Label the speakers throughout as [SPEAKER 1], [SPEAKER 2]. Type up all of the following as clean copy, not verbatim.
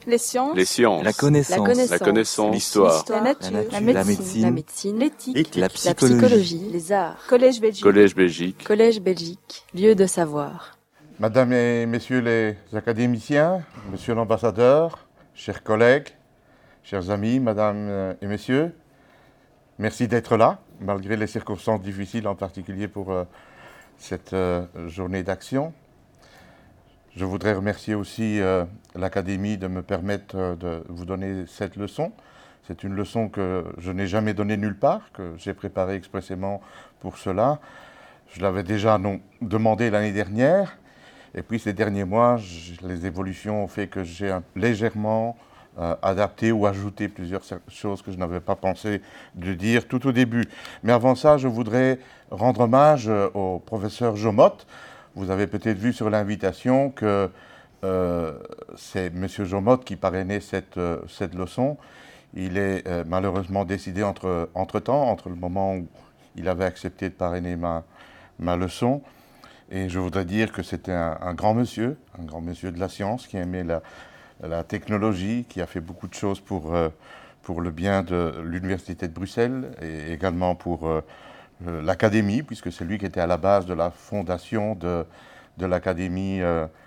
[SPEAKER 1] Les sciences.
[SPEAKER 2] Les sciences.
[SPEAKER 3] La connaissance.
[SPEAKER 2] La connaissance. L'histoire.
[SPEAKER 1] La nature.
[SPEAKER 3] La
[SPEAKER 1] médecine. L'éthique.
[SPEAKER 3] La
[SPEAKER 1] La
[SPEAKER 3] psychologie.
[SPEAKER 1] psychologie. Les arts. Collège Belgique.
[SPEAKER 2] Collège Belgique.
[SPEAKER 1] Collège Belgique. Lieu de savoir.
[SPEAKER 4] Madame et messieurs les académiciens, monsieur l'ambassadeur, chers collègues, chers amis, mesdames et messieurs, merci d'être là, malgré les circonstances difficiles, en particulier pour cette journée d'action. Je voudrais remercier aussi l'Académie de me permettre de vous donner cette leçon. C'est une leçon que je n'ai jamais donnée nulle part, que j'ai préparée expressément pour cela. Je l'avais déjà demandé l'année dernière. Et puis ces derniers mois, les évolutions ont fait que j'ai légèrement adapté ou ajouté plusieurs choses que je n'avais pas pensé de dire tout au début. Mais avant ça, je voudrais rendre hommage au professeur Jomotte. Vous avez peut-être vu sur l'invitation que c'est M. Jomotte qui parrainait cette leçon. Il est malheureusement décédé entre-temps, entre le moment où il avait accepté de parrainer ma leçon. Et je voudrais dire que c'était un grand monsieur de la science, qui aimait la technologie, qui a fait beaucoup de choses pour le bien de l'Université de Bruxelles et également pour l'Académie, puisque c'est lui qui était à la base de la fondation de l'Académie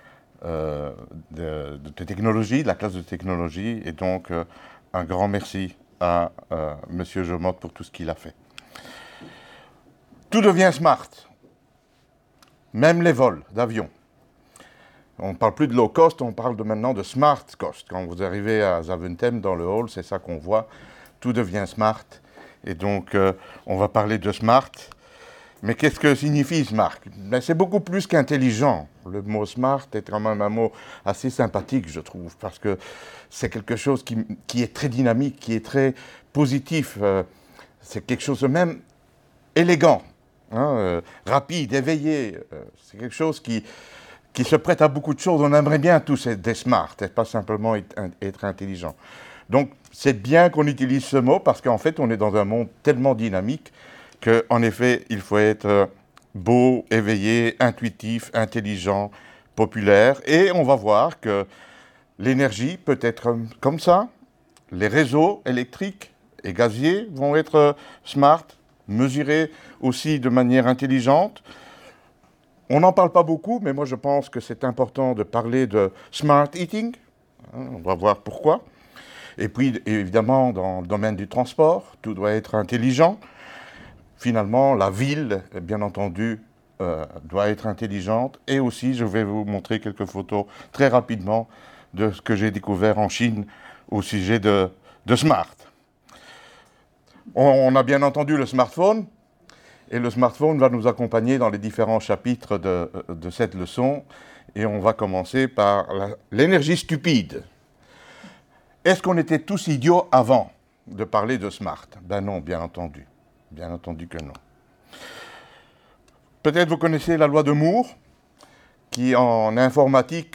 [SPEAKER 4] de technologie, de la classe de technologie. Et donc, un grand merci à M. Jomotte pour tout ce qu'il a fait. Tout devient smart. Même les vols d'avion. On ne parle plus de low cost, on parle maintenant de smart cost. Quand vous arrivez à Zaventem, dans le hall, c'est ça qu'on voit. Tout devient smart. Et donc, on va parler de smart. Mais qu'est-ce que signifie smart? C'est beaucoup plus qu'intelligent. Le mot smart est quand même un mot assez sympathique, je trouve, parce que c'est quelque chose qui est très dynamique, qui est très positif. C'est quelque chose de même élégant. Rapide, éveillé, c'est quelque chose qui se prête à beaucoup de choses. On aimerait bien tous être des smart, et pas simplement être intelligent. Donc, c'est bien qu'on utilise ce mot parce qu'en fait, on est dans un monde tellement dynamique qu'en effet, il faut être beau, éveillé, intuitif, intelligent, populaire. Et on va voir que l'énergie peut être comme ça. Les réseaux électriques et gaziers vont être smart, mesurés aussi de manière intelligente. On n'en parle pas beaucoup, mais moi je pense que c'est important de parler de smart eating. On va voir pourquoi. Et puis évidemment, dans le domaine du transport, tout doit être intelligent. Finalement, la ville, bien entendu, doit être intelligente. Et aussi, je vais vous montrer quelques photos très rapidement de ce que j'ai découvert en Chine au sujet de smart. On a bien entendu le smartphone, et le smartphone va nous accompagner dans les différents chapitres de cette leçon, et on va commencer par l'énergie stupide. Est-ce qu'on était tous idiots avant de parler de smart? Ben non, bien entendu que non. Peut-être vous connaissez la loi de Moore, qui en informatique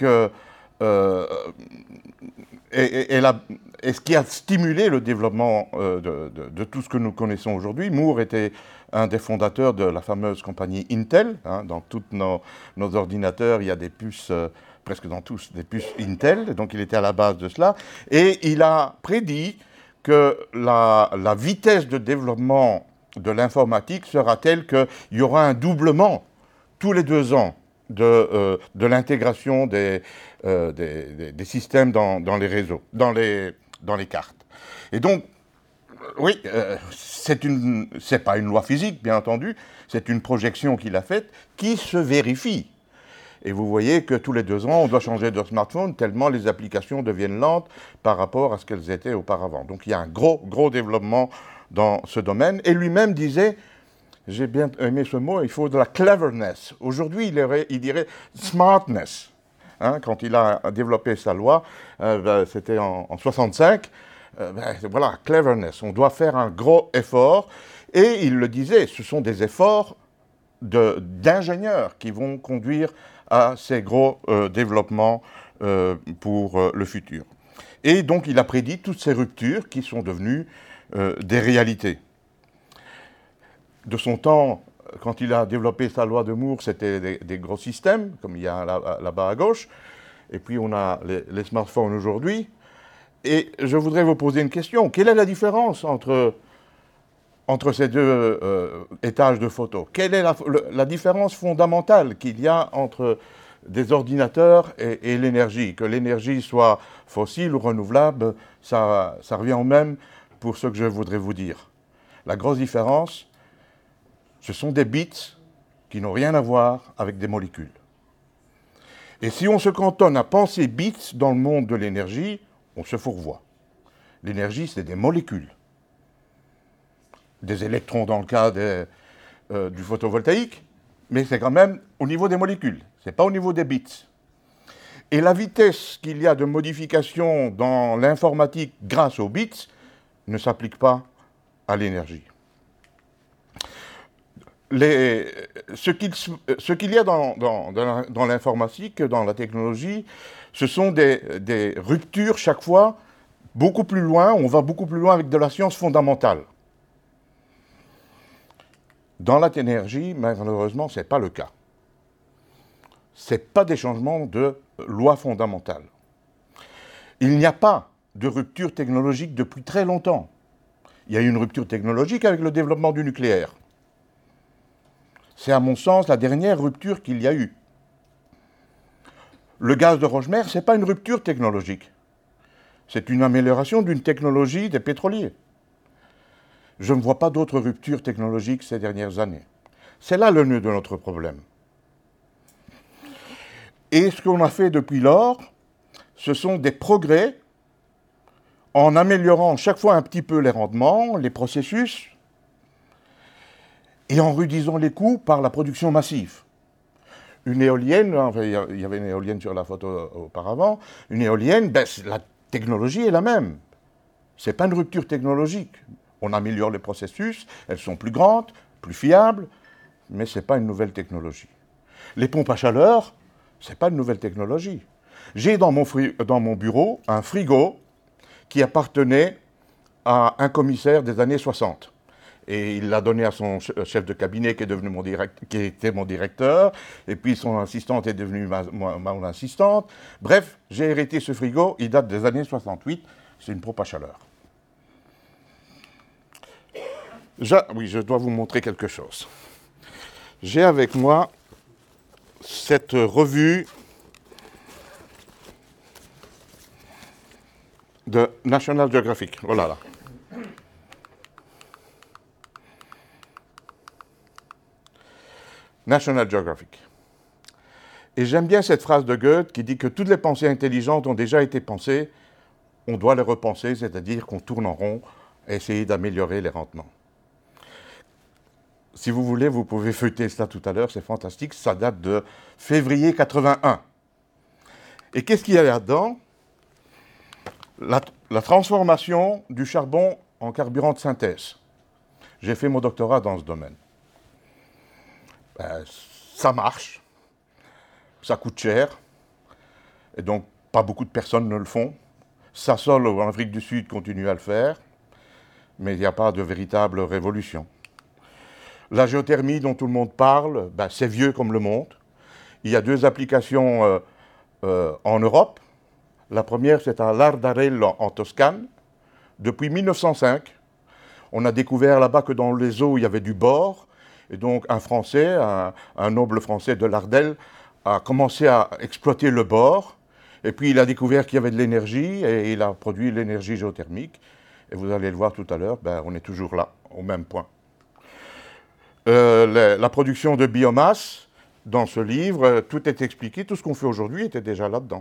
[SPEAKER 4] est ce qui a stimulé le développement de tout ce que nous connaissons aujourd'hui. Moore était un des fondateurs de la fameuse compagnie Intel. Dans tous nos ordinateurs, il y a des puces, presque dans tous, des puces Intel. Donc il était à la base de cela. Et il a prédit que la vitesse de développement de l'informatique sera telle qu'il y aura un doublement tous les 2 ans de l'intégration des systèmes dans les réseaux, dans les cartes. Et donc, oui, c'est pas une loi physique, bien entendu, c'est une projection qu'il a faite qui se vérifie. Et vous voyez que tous les 2 ans, on doit changer de smartphone tellement les applications deviennent lentes par rapport à ce qu'elles étaient auparavant. Donc il y a un gros développement dans ce domaine. Et lui-même disait, j'ai bien aimé ce mot, il faut de la cleverness. Aujourd'hui, il dirait smartness. Quand il a développé sa loi, c'était en 65, voilà, cleverness. On doit faire un gros effort. Et il le disait, ce sont des efforts d'ingénieurs qui vont conduire à ces gros développements pour le futur. Et donc, il a prédit toutes ces ruptures qui sont devenues des réalités. De son temps, quand il a développé sa loi de Moore, c'était des gros systèmes, comme il y a là-bas à gauche. Et puis, on a les smartphones aujourd'hui. Et je voudrais vous poser une question. Quelle est la différence entre ces deux étages de photos? Quelle est la différence fondamentale qu'il y a entre des ordinateurs et l'énergie? Que l'énergie soit fossile ou renouvelable, ça revient au même pour ce que je voudrais vous dire. La grosse différence, ce sont des bits qui n'ont rien à voir avec des molécules. Et si on se cantonne à penser bits dans le monde de l'énergie, on se fourvoie. L'énergie, c'est des molécules. Des électrons dans le cas du photovoltaïque, mais c'est quand même au niveau des molécules, ce n'est pas au niveau des bits. Et la vitesse qu'il y a de modification dans l'informatique grâce aux bits ne s'applique pas à l'énergie. Ce qu'il y a dans l'informatique, dans la technologie, ce sont des ruptures chaque fois beaucoup plus loin, on va beaucoup plus loin avec de la science fondamentale. Dans l'énergie, malheureusement, ce n'est pas le cas. Ce n'est pas des changements de loi fondamentale. Il n'y a pas de rupture technologique depuis très longtemps. Il y a eu une rupture technologique avec le développement du nucléaire. C'est à mon sens la dernière rupture qu'il y a eu. Le gaz de Rochemer, ce n'est pas une rupture technologique. C'est une amélioration d'une technologie des pétroliers. Je ne vois pas d'autres ruptures technologiques ces dernières années. C'est là le nœud de notre problème. Et ce qu'on a fait depuis lors, ce sont des progrès en améliorant chaque fois un petit peu les rendements, les processus, et en réduisant les coûts par la production massive. Une éolienne, enfin, il y avait une éolienne sur la photo auparavant, une éolienne, la technologie est la même. Ce n'est pas une rupture technologique. On améliore les processus, elles sont plus grandes, plus fiables, mais ce n'est pas une nouvelle technologie. Les pompes à chaleur, ce n'est pas une nouvelle technologie. J'ai dans mon bureau un frigo qui appartenait à un commissaire des années 60. Et il l'a donné à son chef de cabinet qui était mon directeur, et puis son assistante est devenue mon assistante. Bref, j'ai hérité ce frigo, il date des années 68, c'est une pompe à chaleur. Oui, je dois vous montrer quelque chose. J'ai avec moi cette revue de National Geographic. Voilà là. National Geographic. Et j'aime bien cette phrase de Goethe qui dit que toutes les pensées intelligentes ont déjà été pensées, on doit les repenser, c'est-à-dire qu'on tourne en rond et essayer d'améliorer les rendements. Si vous voulez, vous pouvez feuilleter ça tout à l'heure, c'est fantastique, ça date de février 81. Et qu'est-ce qu'il y a là-dedans? La transformation du charbon en carburant de synthèse. J'ai fait mon doctorat dans ce domaine. Ça marche, ça coûte cher, et donc pas beaucoup de personnes ne le font. Sasol en Afrique du Sud continue à le faire, mais il n'y a pas de véritable révolution. La géothermie dont tout le monde parle, c'est vieux comme le monde. Il y a deux applications en Europe. La première, c'est à Lardarello, en Toscane. Depuis 1905, on a découvert là-bas que dans les eaux, il y avait du bore. Et donc, un Français, un noble français de l'Ardèche, a commencé à exploiter le bore. Et puis, il a découvert qu'il y avait de l'énergie et il a produit l'énergie géothermique. Et vous allez le voir tout à l'heure, on est toujours là, au même point. La production de biomasse, dans ce livre, tout est expliqué. Tout ce qu'on fait aujourd'hui était déjà là-dedans.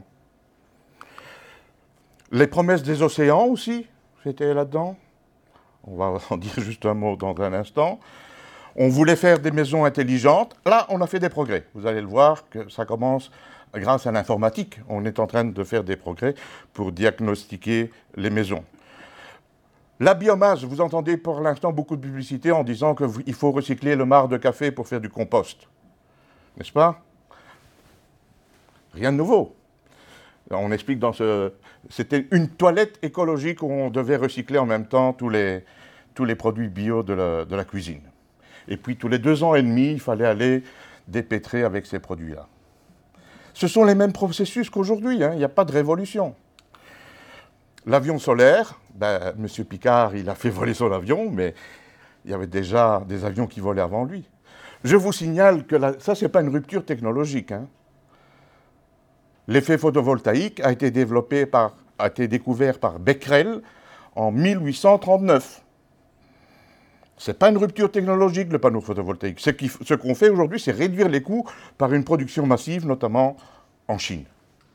[SPEAKER 4] Les promesses des océans aussi, c'était là-dedans. On va en dire juste un mot dans un instant. On voulait faire des maisons intelligentes. Là, on a fait des progrès. Vous allez le voir que ça commence grâce à l'informatique. On est en train de faire des progrès pour diagnostiquer les maisons. La biomasse, vous entendez pour l'instant beaucoup de publicité en disant qu'il faut recycler le marc de café pour faire du compost. N'est-ce pas? Rien de nouveau. On explique dans c'était une toilette écologique où on devait recycler en même temps tous les produits bio de la cuisine. Et puis tous les 2 ans et demi, il fallait aller dépêtrer avec ces produits-là. Ce sont les mêmes processus qu'aujourd'hui, il n'y a pas de révolution. L'avion solaire, ben, M. Picard, il a fait voler son avion, mais il y avait déjà des avions qui volaient avant lui. Je vous signale que ça, ce n'est pas une rupture technologique. Hein. L'effet photovoltaïque a été découvert par Becquerel en 1839. Ce n'est pas une rupture technologique, le panneau photovoltaïque. Ce qu'on fait aujourd'hui, c'est réduire les coûts par une production massive, notamment en Chine.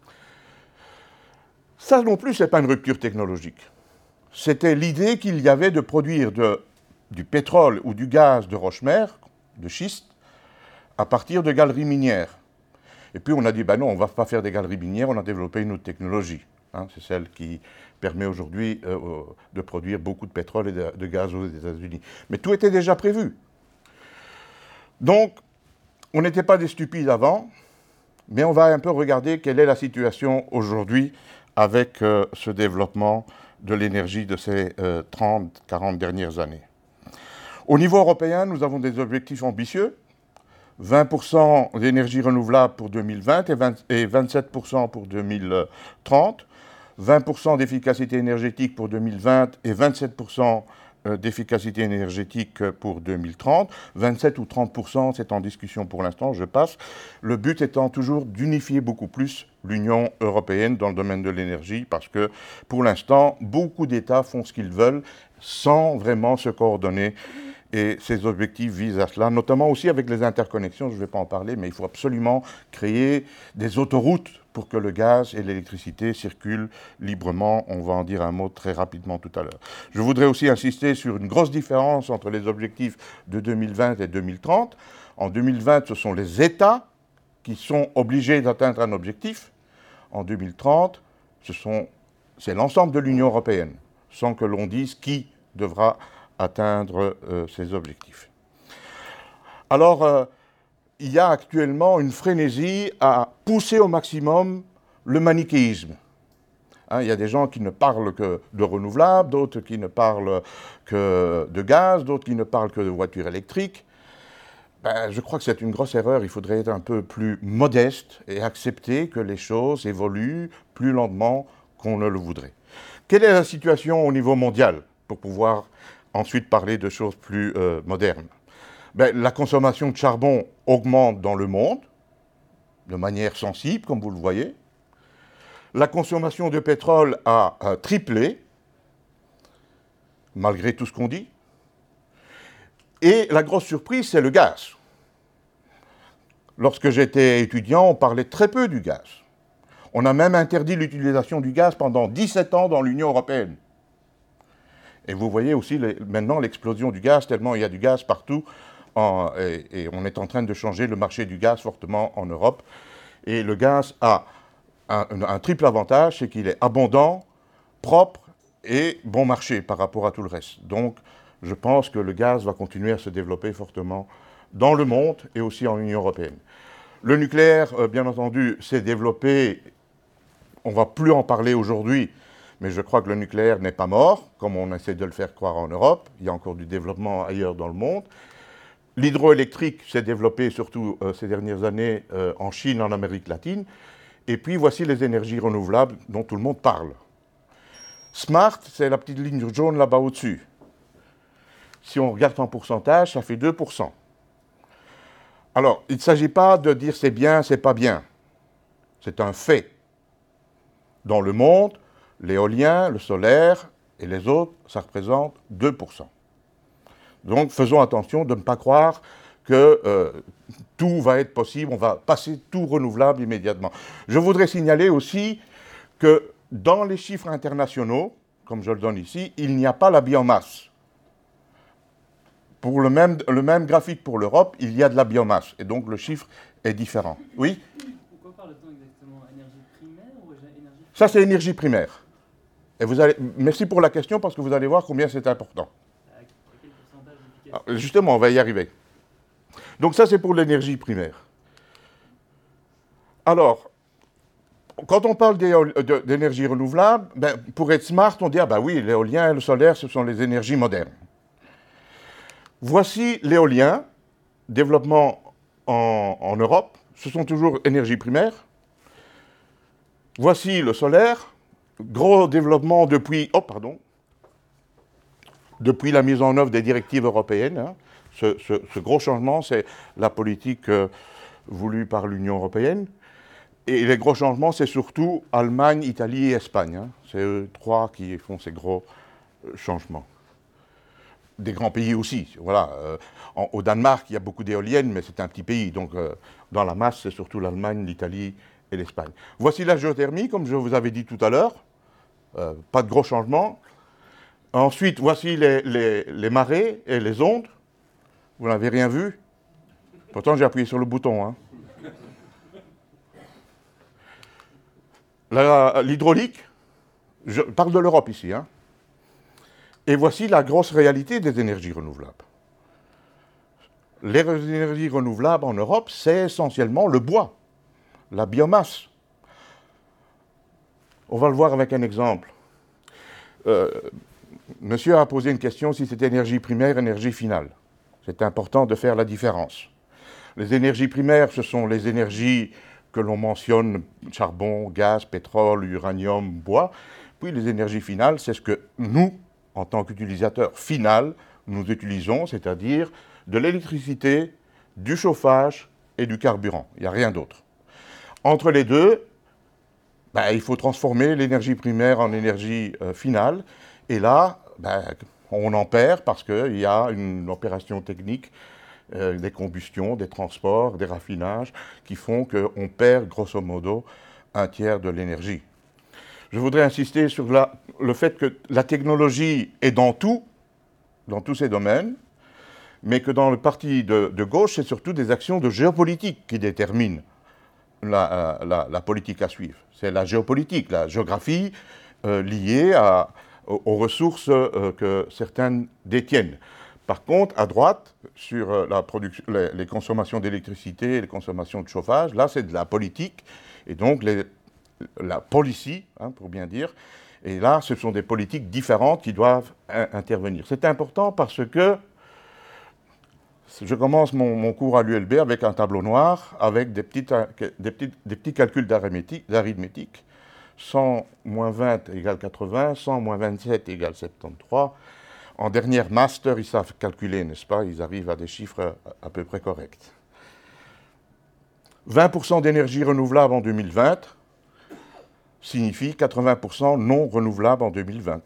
[SPEAKER 4] Ça non plus, ce n'est pas une rupture technologique. C'était l'idée qu'il y avait de produire du pétrole ou du gaz de roche-mère, de schiste, à partir de galeries minières. Et puis on a dit, ben non, on ne va pas faire des galeries minières, on a développé une autre technologie. Hein, c'est celle qui permet aujourd'hui de produire beaucoup de pétrole et de gaz aux États-Unis. Mais tout était déjà prévu. Donc, on n'était pas des stupides avant, mais on va un peu regarder quelle est la situation aujourd'hui avec ce développement de l'énergie de ces 30-40 dernières années. Au niveau européen, nous avons des objectifs ambitieux. 20% d'énergie renouvelable pour 2020 et 27% pour 2030, 20% d'efficacité énergétique pour 2020 et 27% d'efficacité énergétique pour 2030, 27 ou 30%, c'est en discussion pour l'instant, je passe, le but étant toujours d'unifier beaucoup plus l'Union européenne dans le domaine de l'énergie, parce que pour l'instant, beaucoup d'États font ce qu'ils veulent sans vraiment se coordonner. Et ces objectifs visent à cela, notamment aussi avec les interconnexions, je ne vais pas en parler, mais il faut absolument créer des autoroutes pour que le gaz et l'électricité circulent librement. On va en dire un mot très rapidement tout à l'heure. Je voudrais aussi insister sur une grosse différence entre les objectifs de 2020 et 2030. En 2020, ce sont les États qui sont obligés d'atteindre un objectif. En 2030, c'est l'ensemble de l'Union européenne, sans que l'on dise qui devra atteindre ces objectifs. Alors, il y a actuellement une frénésie à pousser au maximum le manichéisme. Hein, il y a des gens qui ne parlent que de renouvelables, d'autres qui ne parlent que de gaz, d'autres qui ne parlent que de voitures électriques. Ben, je crois que c'est une grosse erreur. Il faudrait être un peu plus modeste et accepter que les choses évoluent plus lentement qu'on ne le voudrait. Quelle est la situation au niveau mondial pour pouvoir ensuite parler de choses plus modernes? Ben, la consommation de charbon augmente dans le monde, de manière sensible, comme vous le voyez. La consommation de pétrole a triplé, malgré tout ce qu'on dit. Et la grosse surprise, c'est le gaz. Lorsque j'étais étudiant, on parlait très peu du gaz. On a même interdit l'utilisation du gaz pendant 17 ans dans l'Union européenne. Et vous voyez aussi maintenant l'explosion du gaz, tellement il y a du gaz partout, et on est en train de changer le marché du gaz fortement en Europe. Et le gaz a un triple avantage, c'est qu'il est abondant, propre et bon marché par rapport à tout le reste. Donc je pense que le gaz va continuer à se développer fortement dans le monde et aussi en Union européenne. Le nucléaire, bien entendu, s'est développé, on ne va plus en parler aujourd'hui, mais je crois que le nucléaire n'est pas mort, comme on essaie de le faire croire en Europe. Il y a encore du développement ailleurs dans le monde. L'hydroélectrique s'est développé surtout ces dernières années en Chine, en Amérique latine. Et puis voici les énergies renouvelables dont tout le monde parle. Smart, c'est la petite ligne jaune là-bas au-dessus. Si on regarde en pourcentage, ça fait 2%. Alors, il ne s'agit pas de dire c'est bien, c'est pas bien. C'est un fait. Dans le monde, l'éolien, le solaire et les autres, ça représente 2%. Donc faisons attention de ne pas croire que tout va être possible, on va passer tout renouvelable immédiatement. Je voudrais signaler aussi que dans les chiffres internationaux, comme je le donne ici, il n'y a pas la biomasse. Pour le même graphique pour l'Europe, il y a de la biomasse, et donc le chiffre est différent. Oui ?
[SPEAKER 2] Pourquoi parle-t-on exactement énergie primaire ou énergie...
[SPEAKER 4] Ça, c'est énergie primaire. Et merci pour la question, parce que vous allez voir combien c'est important.
[SPEAKER 2] À quel pourcentage d'efficacité ?
[SPEAKER 4] Justement, on va y arriver. Donc ça, c'est pour l'énergie primaire. Alors, quand on parle d'énergie renouvelable, ben, pour être smart, on dit, ah ben oui, l'éolien et le solaire, ce sont les énergies modernes. Voici l'éolien, développement en Europe, ce sont toujours énergies primaires. Voici le solaire, gros développement depuis la mise en œuvre des directives européennes. Hein. Ce gros changement, c'est la politique voulue par l'Union européenne. Et les gros changements, c'est surtout Allemagne, Italie et Espagne. Hein. C'est eux trois qui font ces gros changements. Des grands pays aussi. Voilà. Au Danemark, il y a beaucoup d'éoliennes, mais c'est un petit pays. Donc, dans la masse, c'est surtout l'Allemagne, l'Italie et l'Espagne. Voici la géothermie, comme je vous avais dit tout à l'heure. Pas de gros changements. Ensuite, voici les marées et les ondes. Vous n'avez rien vu? Pourtant, j'ai appuyé sur le bouton. Hein. L'hydraulique, je parle de l'Europe ici. Hein. Et voici la grosse réalité des énergies renouvelables. Les énergies renouvelables en Europe, c'est essentiellement le bois, la biomasse. On va le voir avec un exemple. Monsieur a posé une question si c'était énergie primaire, énergie finale. C'est important de faire la différence. Les énergies primaires, ce sont les énergies que l'on mentionne, charbon, gaz, pétrole, uranium, bois. Puis les énergies finales, c'est ce que nous, en tant qu'utilisateurs finaux, nous utilisons, c'est-à-dire de l'électricité, du chauffage et du carburant. Il n'y a rien d'autre. Entre les deux, il faut transformer l'énergie primaire en énergie finale. Et là, on en perd parce qu'il y a une opération technique, des combustions, des transports, des raffinages, qui font qu'on perd grosso modo un tiers de l'énergie. Je voudrais insister sur le fait que la technologie est dans tous ces domaines, mais que dans le parti de gauche, c'est surtout des actions de géopolitique qui déterminent la politique à suivre. C'est la géopolitique, la géographie liée aux ressources que certaines détiennent. Par contre, à droite, sur les consommations d'électricité et les consommations de chauffage, là, c'est de la politique, et donc la policy, hein, pour bien dire, et là, ce sont des politiques différentes qui doivent intervenir. C'est important parce que je commence mon cours à l'ULB avec un tableau noir, avec des petits calculs d'arithmétique. 100 moins 20 égale 80, 100 moins 27 égale 73. En dernière master, ils savent calculer, n'est-ce pas? Ils arrivent à des chiffres à peu près corrects. 20% d'énergie renouvelable en 2020 signifie 80% non renouvelable en 2020.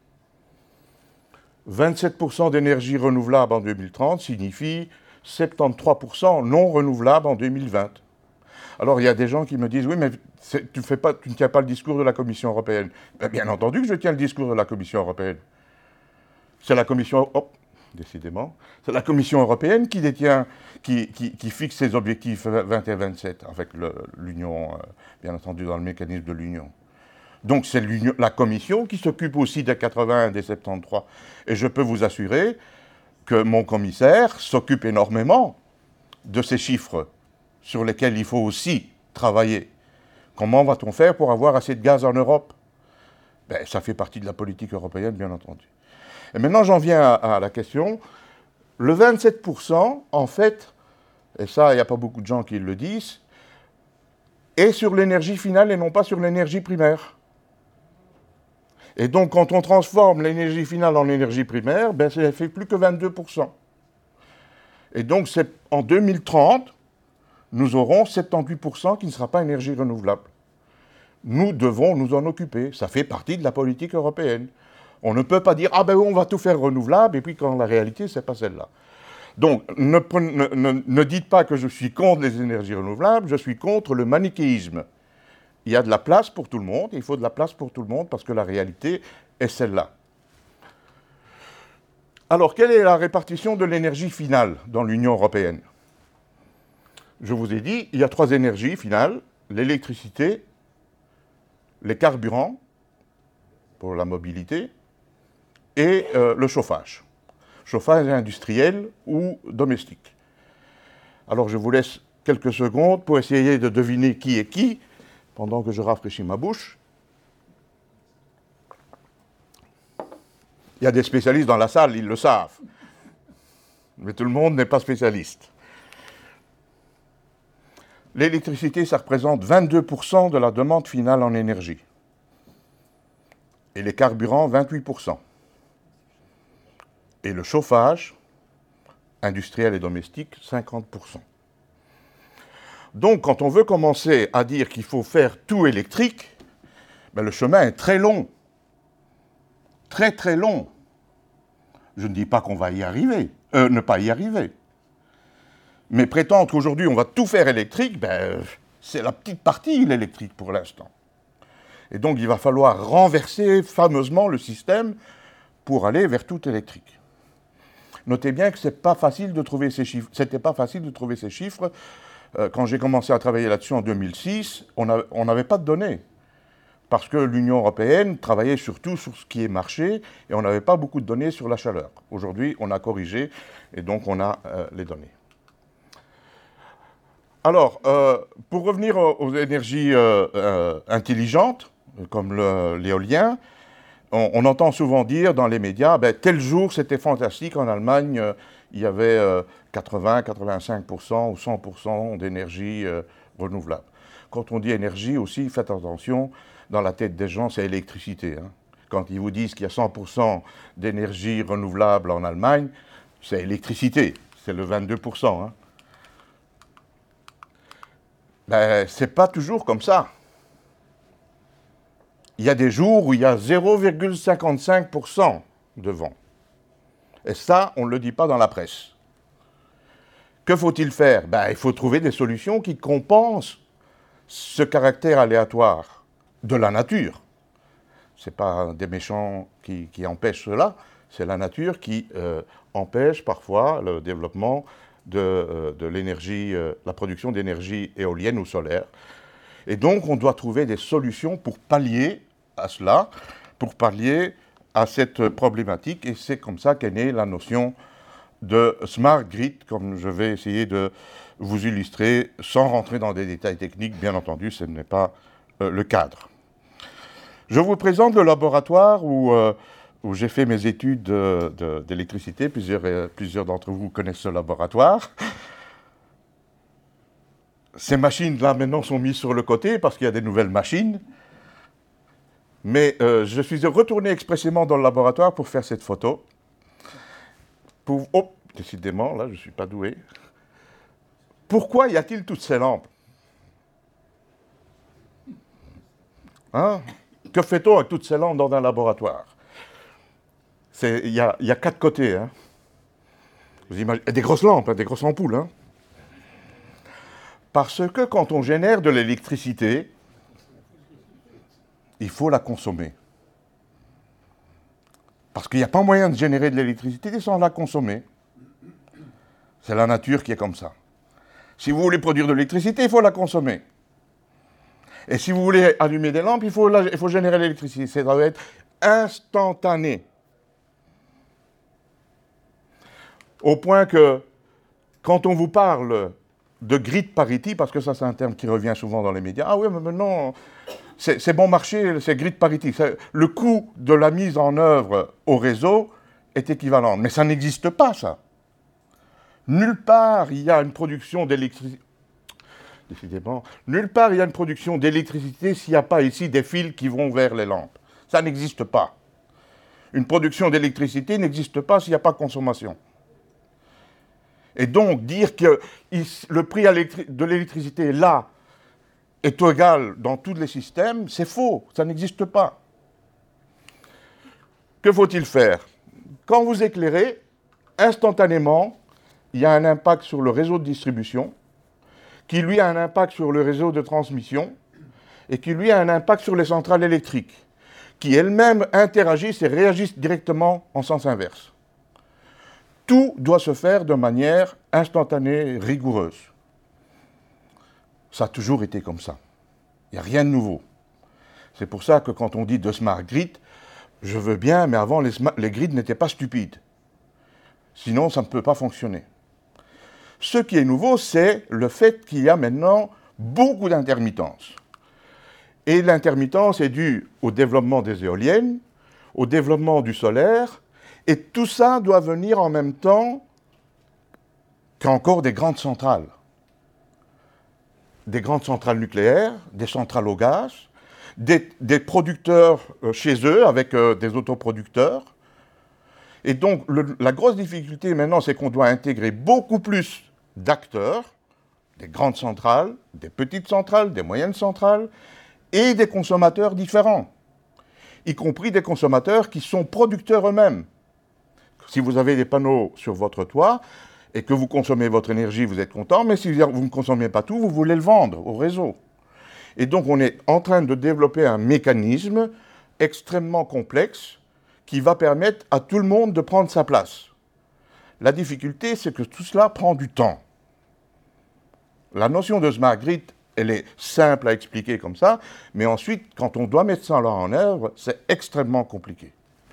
[SPEAKER 4] 27% d'énergie renouvelable en 2030 signifie 73% non renouvelable en 2020. Alors, il y a des gens qui me disent « Oui, mais tu ne tiens pas le discours de la Commission européenne. » Bien entendu que je tiens le discours de la Commission européenne. C'est la Commission... décidément. C'est la Commission européenne qui fixe ses objectifs 20 et 27, avec l'Union, bien entendu, dans le mécanisme de l'Union. Donc, c'est la Commission qui s'occupe aussi des 80 et des 73. Et je peux vous assurer que mon commissaire s'occupe énormément de ces chiffres sur lesquels il faut aussi travailler. Comment va-t-on faire pour avoir assez de gaz en Europe? Ça fait partie de la politique européenne, bien entendu. Et maintenant, j'en viens à la question. Le 27%, en fait, et ça, il n'y a pas beaucoup de gens qui le disent, est sur l'énergie finale et non pas sur l'énergie primaire. Et donc, quand on transforme l'énergie finale en énergie primaire, ça ne fait plus que 22%. Et donc, en 2030, nous aurons 78% qui ne sera pas énergie renouvelable. Nous devons nous en occuper. Ça fait partie de la politique européenne. On ne peut pas dire « Ah on va tout faire renouvelable » et puis quand la réalité, ce n'est pas celle-là. Donc, ne dites pas que je suis contre les énergies renouvelables, je suis contre le manichéisme. Il y a de la place pour tout le monde, il faut de la place pour tout le monde parce que la réalité est celle-là. Alors, quelle est la répartition de l'énergie finale dans l'Union européenne? Je vous ai dit, il y a 3 énergies finales, l'électricité, les carburants, pour la mobilité, et le chauffage. Chauffage industriel ou domestique. Alors je vous laisse quelques secondes pour essayer de deviner qui est qui, pendant que je rafraîchis ma bouche. Il y a des spécialistes dans la salle, ils le savent. Mais tout le monde n'est pas spécialiste. L'électricité, ça représente 22% de la demande finale en énergie. et les carburants 28%. Et le chauffage industriel et domestique 50%. Donc quand on veut commencer à dire qu'il faut faire tout électrique, ben, le chemin est très long. Très très long. Je ne dis pas qu'on va y arriver, ne pas y arriver. Mais prétendre qu'aujourd'hui on va tout faire électrique, ben, c'est la petite partie l'électrique pour l'instant. Et donc il va falloir renverser fameusement le système pour aller vers tout électrique. Notez bien que c'est pas facile de trouver ces chiffres. C'était pas facile de trouver ces chiffres. Quand j'ai commencé à travailler là-dessus en 2006, on n'avait pas de données. Parce que l'Union européenne travaillait surtout sur ce qui est marché et on n'avait pas beaucoup de données sur la chaleur. Aujourd'hui, on a corrigé et donc on a les données. Alors, pour revenir aux énergies intelligentes, comme l'éolien, on entend souvent dire dans les médias, ben, tel jour c'était fantastique, en Allemagne, il y avait 80, 85% ou 100% d'énergie renouvelable. Quand on dit énergie aussi, faites attention, dans la tête des gens, c'est électricité. Hein. Quand ils vous disent qu'il y a 100% d'énergie renouvelable en Allemagne, c'est électricité, c'est le 22%. Hein. Ben, c'est pas toujours comme ça. Il y a des jours où il y a 0,55% de vent. Et ça, on ne le dit pas dans la presse. Que faut-il faire? Ben, il faut trouver des solutions qui compensent ce caractère aléatoire de la nature. Ce n'est pas des méchants qui empêchent cela, c'est la nature qui empêche parfois le développement de l'énergie, la production d'énergie éolienne ou solaire. Et donc, on doit trouver des solutions pour pallier à cela, pour pallier à cette problématique. Et c'est comme ça qu'est née la notion de smart grid, comme je vais essayer de vous illustrer, sans rentrer dans des détails techniques. Bien entendu, ce n'est pas le cadre. Je vous présente le laboratoire où j'ai fait mes études d'électricité. Plusieurs d'entre vous connaissent ce laboratoire. Ces machines-là, maintenant, sont mises sur le côté parce qu'il y a des nouvelles machines. Mais je suis retourné expressément dans le laboratoire pour faire cette photo. Oh, décidément, là, je ne suis pas doué. Pourquoi y a-t-il toutes ces lampes? Hein? Que fait-on avec toutes ces lampes dans un laboratoire? Il y a 4 côtés. Hein? Vous imaginez, des grosses lampes, hein, des grosses ampoules. Hein? Parce que quand on génère de l'électricité, il faut la consommer. Parce qu'il n'y a pas moyen de générer de l'électricité sans la consommer. C'est la nature qui est comme ça. Si vous voulez produire de l'électricité, il faut la consommer. Et si vous voulez allumer des lampes, il faut générer l'électricité. Ça doit être instantané. Au point que, quand on vous parle de grid parity, parce que ça c'est un terme qui revient souvent dans les médias, ah oui, mais maintenant, c'est bon marché, c'est grid parity. Le coût de la mise en œuvre au réseau est équivalent. Mais ça n'existe pas, ça. Nulle part il y a une production d'électricité. Décidément, nulle part il y a une production d'électricité s'il n'y a pas ici des fils qui vont vers les lampes. Ça n'existe pas. Une production d'électricité n'existe pas s'il n'y a pas de consommation. Et donc, dire que le prix de l'électricité, là, est égal dans tous les systèmes, c'est faux, ça n'existe pas. Que faut-il faire? Quand vous éclairez, instantanément, il y a un impact sur le réseau de distribution, qui lui a un impact sur le réseau de transmission, et qui lui a un impact sur les centrales électriques, qui elles-mêmes interagissent et réagissent directement en sens inverse. Tout doit se faire de manière instantanée, rigoureuse. Ça a toujours été comme ça. Il n'y a rien de nouveau. C'est pour ça que quand on dit de smart grid, je veux bien, mais avant, les grids n'étaient pas stupides. Sinon, ça ne peut pas fonctionner. Ce qui est nouveau, c'est le fait qu'il y a maintenant beaucoup d'intermittences. Et l'intermittence est due au développement des éoliennes, au développement du solaire, et tout ça doit venir en même temps qu'encore des grandes centrales. Des grandes centrales nucléaires, des centrales au gaz, des producteurs chez eux, avec des autoproducteurs. Et donc, la grosse difficulté maintenant, c'est qu'on doit intégrer beaucoup plus d'acteurs, des grandes centrales, des petites centrales, des moyennes centrales, et des consommateurs différents, y compris des consommateurs qui sont producteurs eux-mêmes. Si vous avez des panneaux sur votre toit et que vous consommez votre énergie, vous êtes content, mais si vous ne consommez pas tout, vous voulez le vendre au réseau. Et donc, on est en train de développer un mécanisme extrêmement complexe qui va permettre à tout le monde de prendre sa place. La difficulté, c'est que tout cela prend du temps. La notion de smart grid, elle est simple à expliquer comme ça, mais ensuite, quand on doit mettre ça en œuvre, c'est extrêmement compliqué.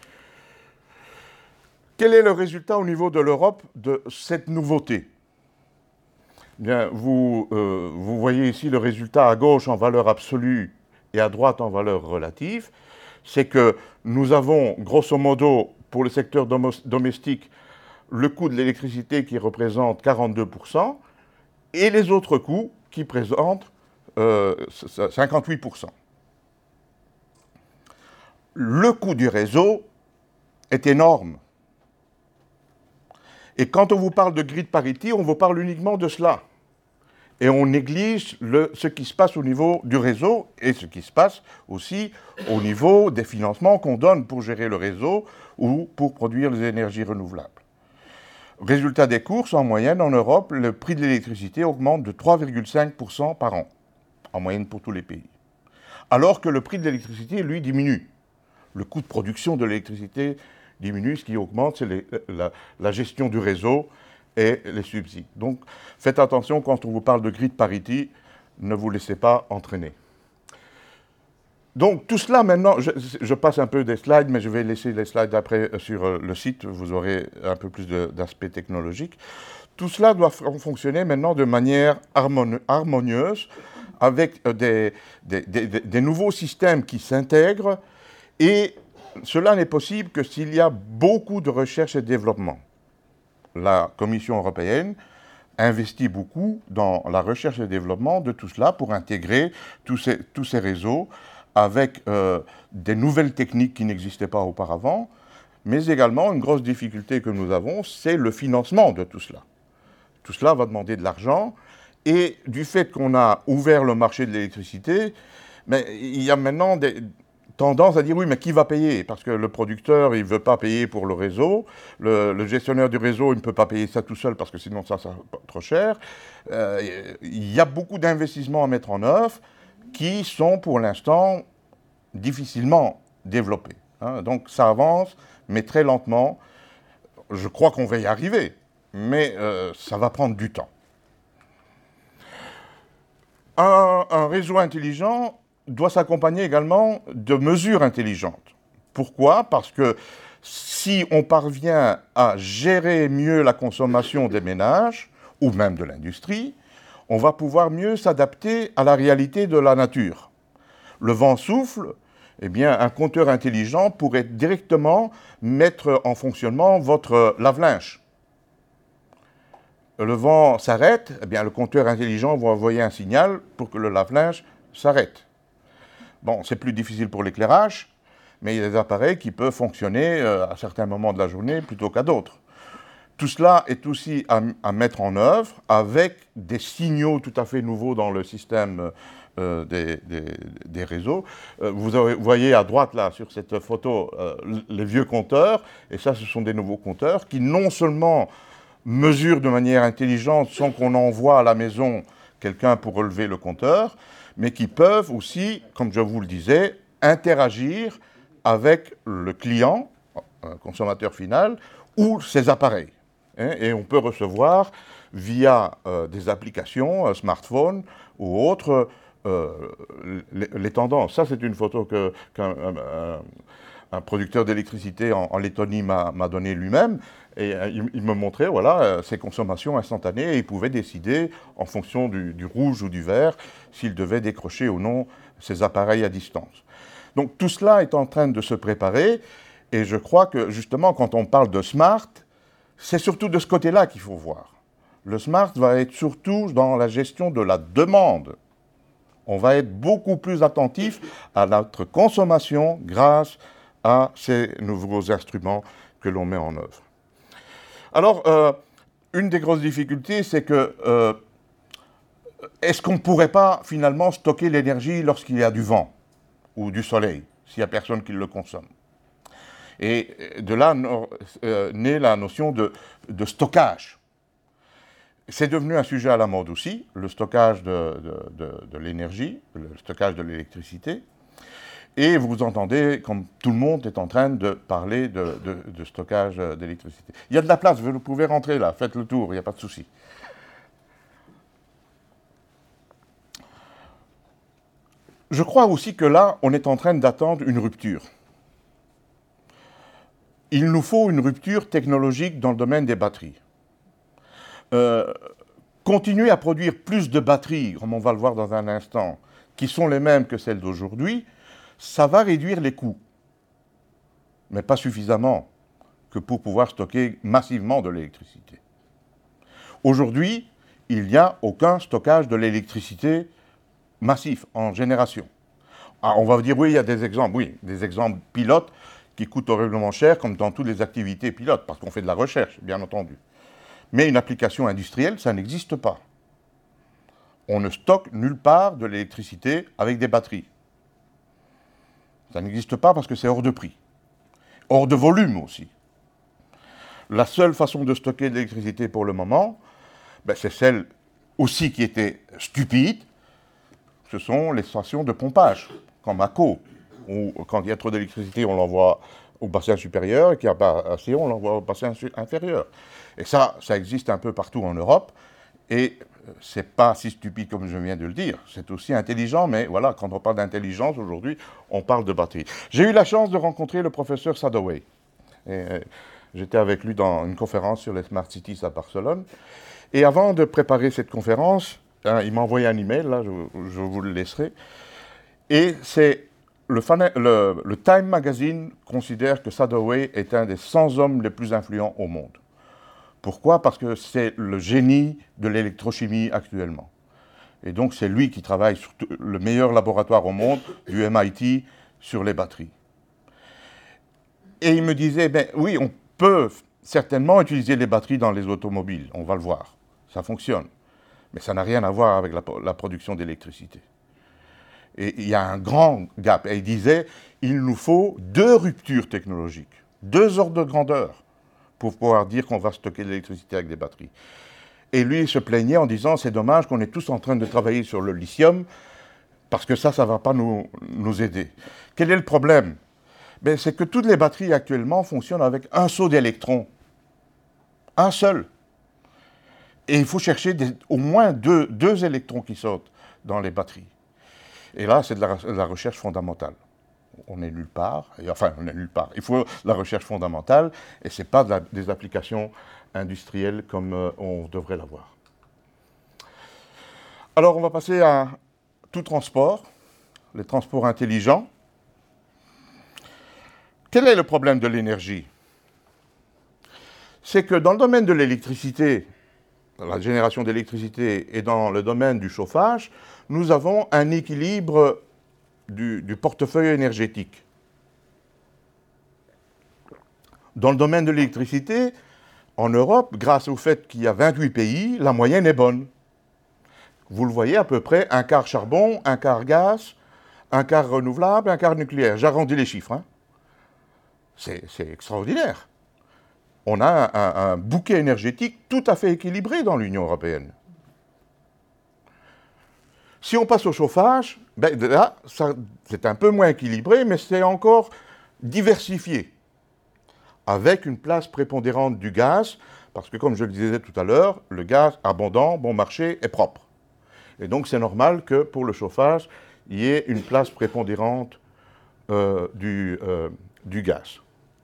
[SPEAKER 4] Quel est le résultat au niveau de l'Europe de cette nouveauté ? Bien, vous voyez ici le résultat à gauche en valeur absolue et à droite en valeur relative. C'est que nous avons, grosso modo, pour le secteur domestique, le coût de l'électricité qui représente 42%, et les autres coûts qui présentent 58%. Le coût du réseau est énorme. Et quand on vous parle de grid parity, on vous parle uniquement de cela. Et on néglige ce qui se passe au niveau du réseau et ce qui se passe aussi au niveau des financements qu'on donne pour gérer le réseau ou pour produire les énergies renouvelables. Résultat des courses, en moyenne, en Europe, le prix de l'électricité augmente de 3,5% par an, en moyenne pour tous les pays. Alors que le prix de l'électricité, lui, diminue. Le coût de production de l'électricité diminue, ce qui augmente, c'est la gestion du réseau et les subsides. Donc, faites attention quand on vous parle de grid parity, ne vous laissez pas entraîner. Donc, tout cela, maintenant, je passe un peu des slides, mais je vais laisser les slides après sur le site, vous aurez un peu plus d'aspect technologique. Tout cela doit fonctionner maintenant de manière harmonieuse, avec des nouveaux systèmes qui s'intègrent, et cela n'est possible que s'il y a beaucoup de recherche et développement. La Commission européenne investit beaucoup dans la recherche et développement de tout cela pour intégrer tous ces réseaux avec des nouvelles techniques qui n'existaient pas auparavant, mais également une grosse difficulté que nous avons, c'est le financement de tout cela. Tout cela va demander de l'argent, et du fait qu'on a ouvert le marché de l'électricité, mais il y a maintenant des tendance à dire oui, mais qui va payer? Parce que le producteur, il ne veut pas payer pour le réseau, le gestionnaire du réseau, il ne peut pas payer ça tout seul parce que sinon ça coûte trop cher. Il y a beaucoup d'investissements à mettre en œuvre qui sont pour l'instant difficilement développés. Hein. Donc ça avance, mais très lentement. Je crois qu'on va y arriver, mais ça va prendre du temps. Un réseau intelligent doit s'accompagner également de mesures intelligentes. Pourquoi? Parce que si on parvient à gérer mieux la consommation des ménages, ou même de l'industrie, on va pouvoir mieux s'adapter à la réalité de la nature. Le vent souffle, eh bien, un compteur intelligent pourrait directement mettre en fonctionnement votre lave-linge. Le vent s'arrête, eh bien, le compteur intelligent va envoyer un signal pour que le lave-linge s'arrête. Bon, c'est plus difficile pour l'éclairage, mais il y a des appareils qui peuvent fonctionner à certains moments de la journée plutôt qu'à d'autres. Tout cela est aussi à mettre en œuvre avec des signaux tout à fait nouveaux dans le système des réseaux. Vous voyez à droite, là, sur cette photo, les vieux compteurs, et ça, ce sont des nouveaux compteurs qui non seulement mesurent de manière intelligente sans qu'on envoie à la maison quelqu'un pour relever le compteur, mais qui peuvent aussi, comme je vous le disais, interagir avec le client, consommateur final, ou ses appareils. Et on peut recevoir via des applications, un smartphone ou autres, les tendances. Ça, c'est une photo qu'un producteur d'électricité en Lettonie m'a donnée lui-même. Et il me montrait, voilà, ses consommations instantanées, et il pouvait décider, en fonction du rouge ou du vert, s'il devait décrocher ou non ses appareils à distance. Donc tout cela est en train de se préparer, et je crois que justement, quand on parle de smart, c'est surtout de ce côté-là qu'il faut voir. Le smart va être surtout dans la gestion de la demande On va être beaucoup plus attentif à notre consommation grâce à ces nouveaux instruments que l'on met en œuvre. Alors, une des grosses difficultés, c'est que est-ce qu'on ne pourrait pas finalement stocker l'énergie lorsqu'il y a du vent ou du soleil, s'il n'y a personne qui le consomme? Et de là naît la notion de stockage. C'est devenu un sujet à la mode aussi, le stockage de l'énergie, le stockage de l'électricité. Et vous entendez, comme tout le monde est en train de parler de stockage d'électricité. Il y a de la place, vous pouvez rentrer là, faites le tour, il n'y a pas de souci. Je crois aussi que là, on est en train d'attendre une rupture. Il nous faut une rupture technologique dans le domaine des batteries. Continuer à produire plus de batteries, comme on va le voir dans un instant, qui sont les mêmes que celles d'aujourd'hui, ça va réduire les coûts. Mais pas suffisamment que pour pouvoir stocker massivement de l'électricité. Aujourd'hui, il n'y a aucun stockage de l'électricité massif, en génération. Alors, on va vous dire, oui, il y a des exemples pilotes qui coûtent horriblement cher, comme dans toutes les activités pilotes, parce qu'on fait de la recherche, bien entendu. Mais une application industrielle, ça n'existe pas. On ne stocke nulle part de l'électricité avec des batteries. Ça n'existe pas parce que c'est hors de prix. Hors de volume aussi. La seule façon de stocker de l'électricité pour le moment, c'est celle aussi qui était stupide, ce sont les stations de pompage, comme à Caux, où quand il y a trop d'électricité, on l'envoie au bassin supérieur, et qu'il n'y a pas assez, on l'envoie au bassin inférieur. Et ça existe un peu partout en Europe, et c'est pas si stupide comme je viens de le dire, c'est aussi intelligent, mais voilà, quand on parle d'intelligence aujourd'hui, on parle de batterie. J'ai eu la chance de rencontrer le professeur Sadoway. J'étais avec lui dans une conférence sur les Smart Cities à Barcelone, et avant de préparer cette conférence, il m'a envoyé un email, là, je vous le laisserai, et c'est le Time Magazine considère que Sadoway est un des 100 hommes les plus influents au monde. Pourquoi? Parce que c'est le génie de l'électrochimie actuellement. Et donc c'est lui qui travaille sur le meilleur laboratoire au monde, du MIT, sur les batteries. Et il me disait, oui, on peut certainement utiliser les batteries dans les automobiles, on va le voir, ça fonctionne. Mais ça n'a rien à voir avec la production d'électricité. Et il y a un grand gap. Et il disait, il nous faut 2 ruptures technologiques, 2 ordres de grandeur, pour pouvoir dire qu'on va stocker de l'électricité avec des batteries. Et lui, il se plaignait en disant, c'est dommage qu'on est tous en train de travailler sur le lithium, parce que ça ne va pas nous aider. Quel est le problème? C'est que toutes les batteries actuellement fonctionnent avec un saut d'électrons. Un seul. Et il faut chercher au moins deux électrons qui sautent dans les batteries. Et là, c'est de la recherche fondamentale. On n'est nulle part. On est nulle part. Il faut la recherche fondamentale, et ce n'est pas des applications industrielles comme on devrait l'avoir. Alors, on va passer à tout transport, les transports intelligents. Quel est le problème de l'énergie? C'est que dans le domaine de l'électricité, la génération d'électricité et dans le domaine du chauffage, nous avons un équilibre du portefeuille énergétique. Dans le domaine de l'électricité, en Europe, grâce au fait qu'il y a 28 pays, la moyenne est bonne. Vous le voyez à peu près, un quart charbon, un quart gaz, un quart renouvelable, un quart nucléaire. J'arrondis les chiffres. C'est extraordinaire. On a un bouquet énergétique tout à fait équilibré dans l'Union européenne. Si on passe au chauffage, là, c'est un peu moins équilibré, mais c'est encore diversifié, avec une place prépondérante du gaz, parce que comme je le disais tout à l'heure, le gaz abondant, bon marché, est propre. Et donc c'est normal que pour le chauffage, il y ait une place prépondérante du gaz.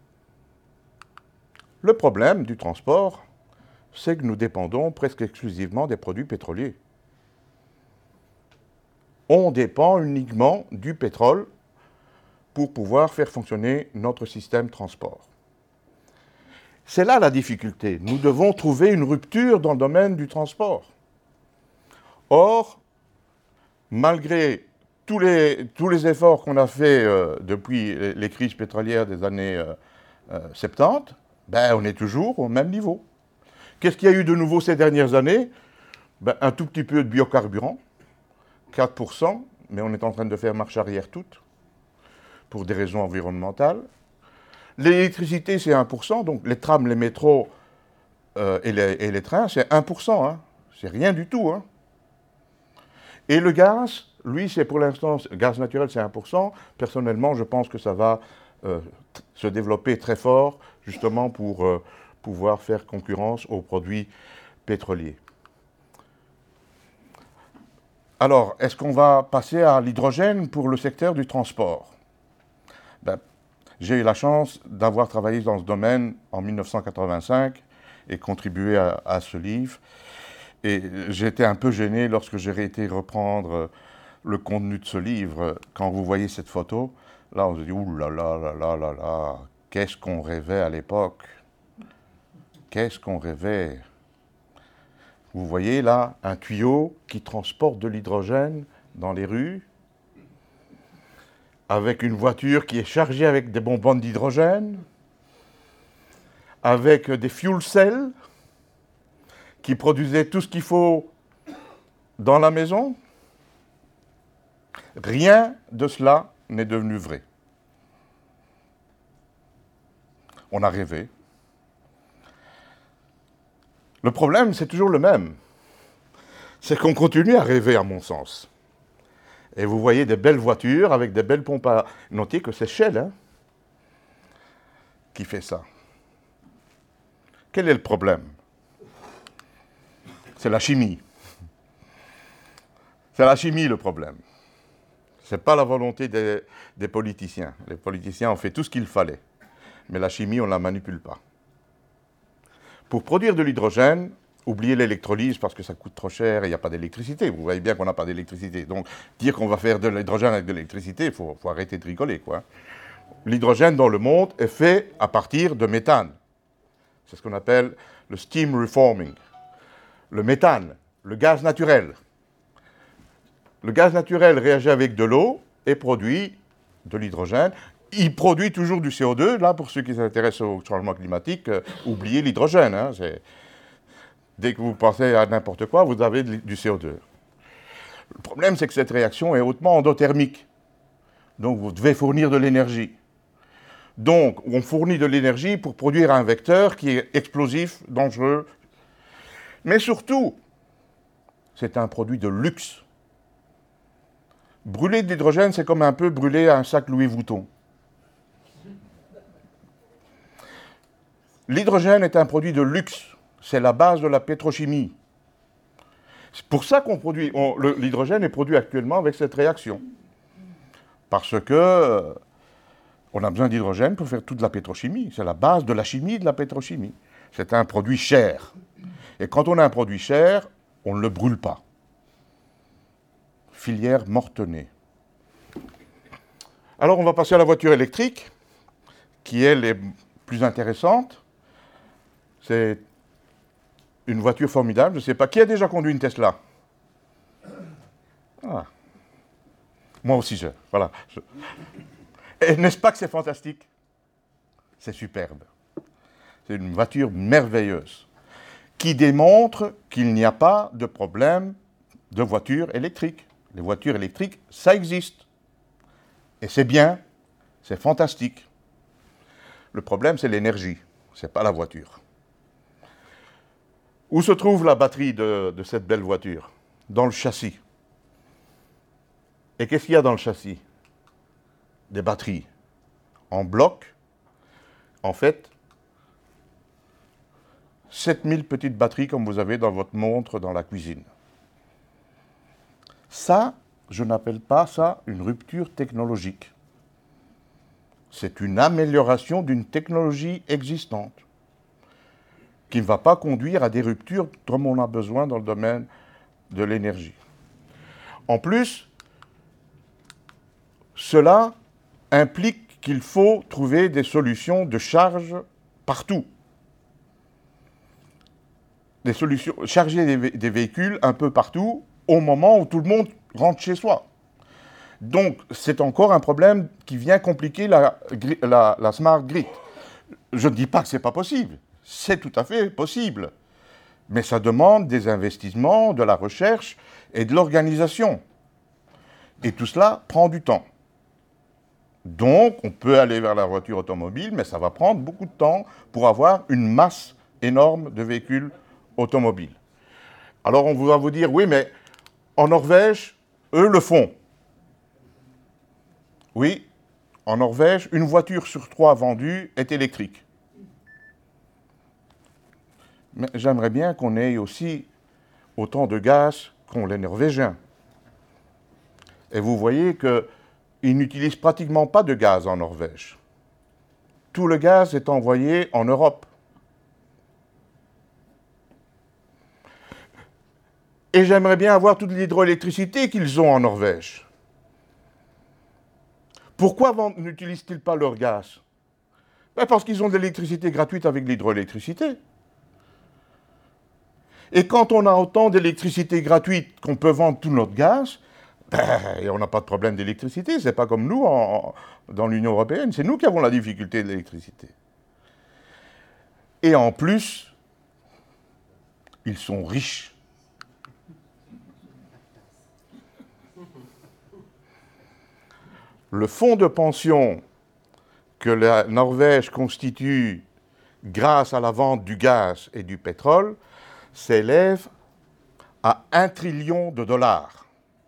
[SPEAKER 4] Le problème du transport, c'est que nous dépendons presque exclusivement des produits pétroliers. On dépend uniquement du pétrole pour pouvoir faire fonctionner notre système de transport. C'est là la difficulté. Nous devons trouver une rupture dans le domaine du transport. Or, malgré tous les efforts qu'on a faits depuis les crises pétrolières des années 70, ben, on est toujours au même niveau. Qu'est-ce qu'il y a eu de nouveau ces dernières années? Ben, un tout petit peu de biocarburant, 4%, mais on est en train de faire marche arrière toute, pour des raisons environnementales. L'électricité, c'est 1%, donc les trams, les métros et les trains, c'est 1%, hein. C'est rien du tout, hein. Et le gaz, lui, c'est pour l'instant, gaz naturel, c'est 1%. Personnellement, je pense que ça va se développer très fort, justement pour pouvoir faire concurrence aux produits pétroliers. Alors, est-ce qu'on va passer à l'hydrogène pour le secteur du transport? Ben, j'ai eu la chance d'avoir travaillé dans ce domaine en 1985 et contribué à ce livre. Et j'ai été un peu gêné lorsque j'ai été reprendre le contenu de ce livre. Quand vous voyez cette photo, là on se dit « Ouh là là là là là là, qu'est-ce qu'on rêvait à l'époque? Qu'est-ce qu'on rêvait ?» Vous voyez là un tuyau qui transporte de l'hydrogène dans les rues, avec une voiture qui est chargée avec des bonbonnes d'hydrogène, avec des fuel cells qui produisaient tout ce qu'il faut dans la maison. Rien de cela n'est devenu vrai. On a rêvé. Le problème, c'est toujours le même. C'est qu'on continue à rêver, à mon sens. Et vous voyez des belles voitures avec des belles pompes à... Notez que c'est Shell hein, qui fait ça. Quel est le problème? C'est la chimie. C'est la chimie le problème. Ce n'est pas la volonté des politiciens. Les politiciens ont fait tout ce qu'il fallait. Mais la chimie, on ne la manipule pas. Pour produire de l'hydrogène, oubliez l'électrolyse parce que ça coûte trop cher et il n'y a pas d'électricité. Vous voyez bien qu'on n'a pas d'électricité. Donc, dire qu'on va faire de l'hydrogène avec de l'électricité, il faut arrêter de rigoler, quoi. L'hydrogène dans le monde est fait à partir de méthane. C'est ce qu'on appelle le steam reforming. Le méthane, le gaz naturel. Le gaz naturel réagit avec de l'eau et produit de l'hydrogène. Il produit toujours du CO2. Là, pour ceux qui s'intéressent au changement climatique, oubliez l'hydrogène. Hein, dès que vous pensez à n'importe quoi, vous avez du CO2. Le problème, c'est que cette réaction est hautement endothermique. Donc, vous devez fournir de l'énergie. Donc, on fournit de l'énergie pour produire un vecteur qui est explosif, dangereux. Mais surtout, c'est un produit de luxe. Brûler de l'hydrogène, c'est comme un peu brûler un sac Louis Vuitton. L'hydrogène est un produit de luxe. C'est la base de la pétrochimie. C'est pour ça qu'on produit... L'hydrogène est produit actuellement avec cette réaction. Parce que on a besoin d'hydrogène pour faire toute la pétrochimie. C'est la base de la chimie de la pétrochimie. C'est un produit cher. Et quand on a un produit cher, on ne le brûle pas. Filière mortenée. Alors on va passer à la voiture électrique, qui elle est plus intéressante. C'est une voiture formidable. Je ne sais pas, qui a déjà conduit une Tesla? Ah. Moi aussi, voilà. Et n'est-ce pas que c'est fantastique? C'est superbe. C'est une voiture merveilleuse qui démontre qu'il n'y a pas de problème de voiture électrique. Les voitures électriques, ça existe. Et c'est bien, c'est fantastique. Le problème, c'est l'énergie, ce n'est pas la voiture. Où se trouve la batterie de cette belle voiture? Dans le châssis. Et qu'est-ce qu'il y a dans le châssis? Des batteries. En bloc, en fait, 7000 petites batteries comme vous avez dans votre montre dans la cuisine. Ça, je n'appelle pas ça une rupture technologique. C'est une amélioration d'une technologie existante qui ne va pas conduire à des ruptures comme on a besoin dans le domaine de l'énergie. En plus, cela implique qu'il faut trouver des solutions de charge partout. Des solutions, charger des véhicules un peu partout au moment où tout le monde rentre chez soi. Donc, c'est encore un problème qui vient compliquer la smart grid. Je ne dis pas que ce n'est pas possible. C'est tout à fait possible. Mais ça demande des investissements, de la recherche et de l'organisation. Et tout cela prend du temps. Donc, on peut aller vers la voiture automobile, mais ça va prendre beaucoup de temps pour avoir une masse énorme de véhicules automobiles. Alors, on va vous dire, oui, mais en Norvège, eux le font. Oui, en Norvège, une voiture sur 3 vendue est électrique. Mais j'aimerais bien qu'on ait aussi autant de gaz qu'ont les Norvégiens. Et vous voyez qu'ils n'utilisent pratiquement pas de gaz en Norvège. Tout le gaz est envoyé en Europe. Et j'aimerais bien avoir toute l'hydroélectricité qu'ils ont en Norvège. Pourquoi n'utilisent-ils pas leur gaz? Parce qu'ils ont de l'électricité gratuite avec l'hydroélectricité. Et quand on a autant d'électricité gratuite qu'on peut vendre tout notre gaz, et on n'a pas de problème d'électricité. C'est pas comme nous dans l'Union européenne. C'est nous qui avons la difficulté de l'électricité. Et en plus, ils sont riches. Le fonds de pension que la Norvège constitue grâce à la vente du gaz et du pétrole s'élève à 1 trillion de dollars.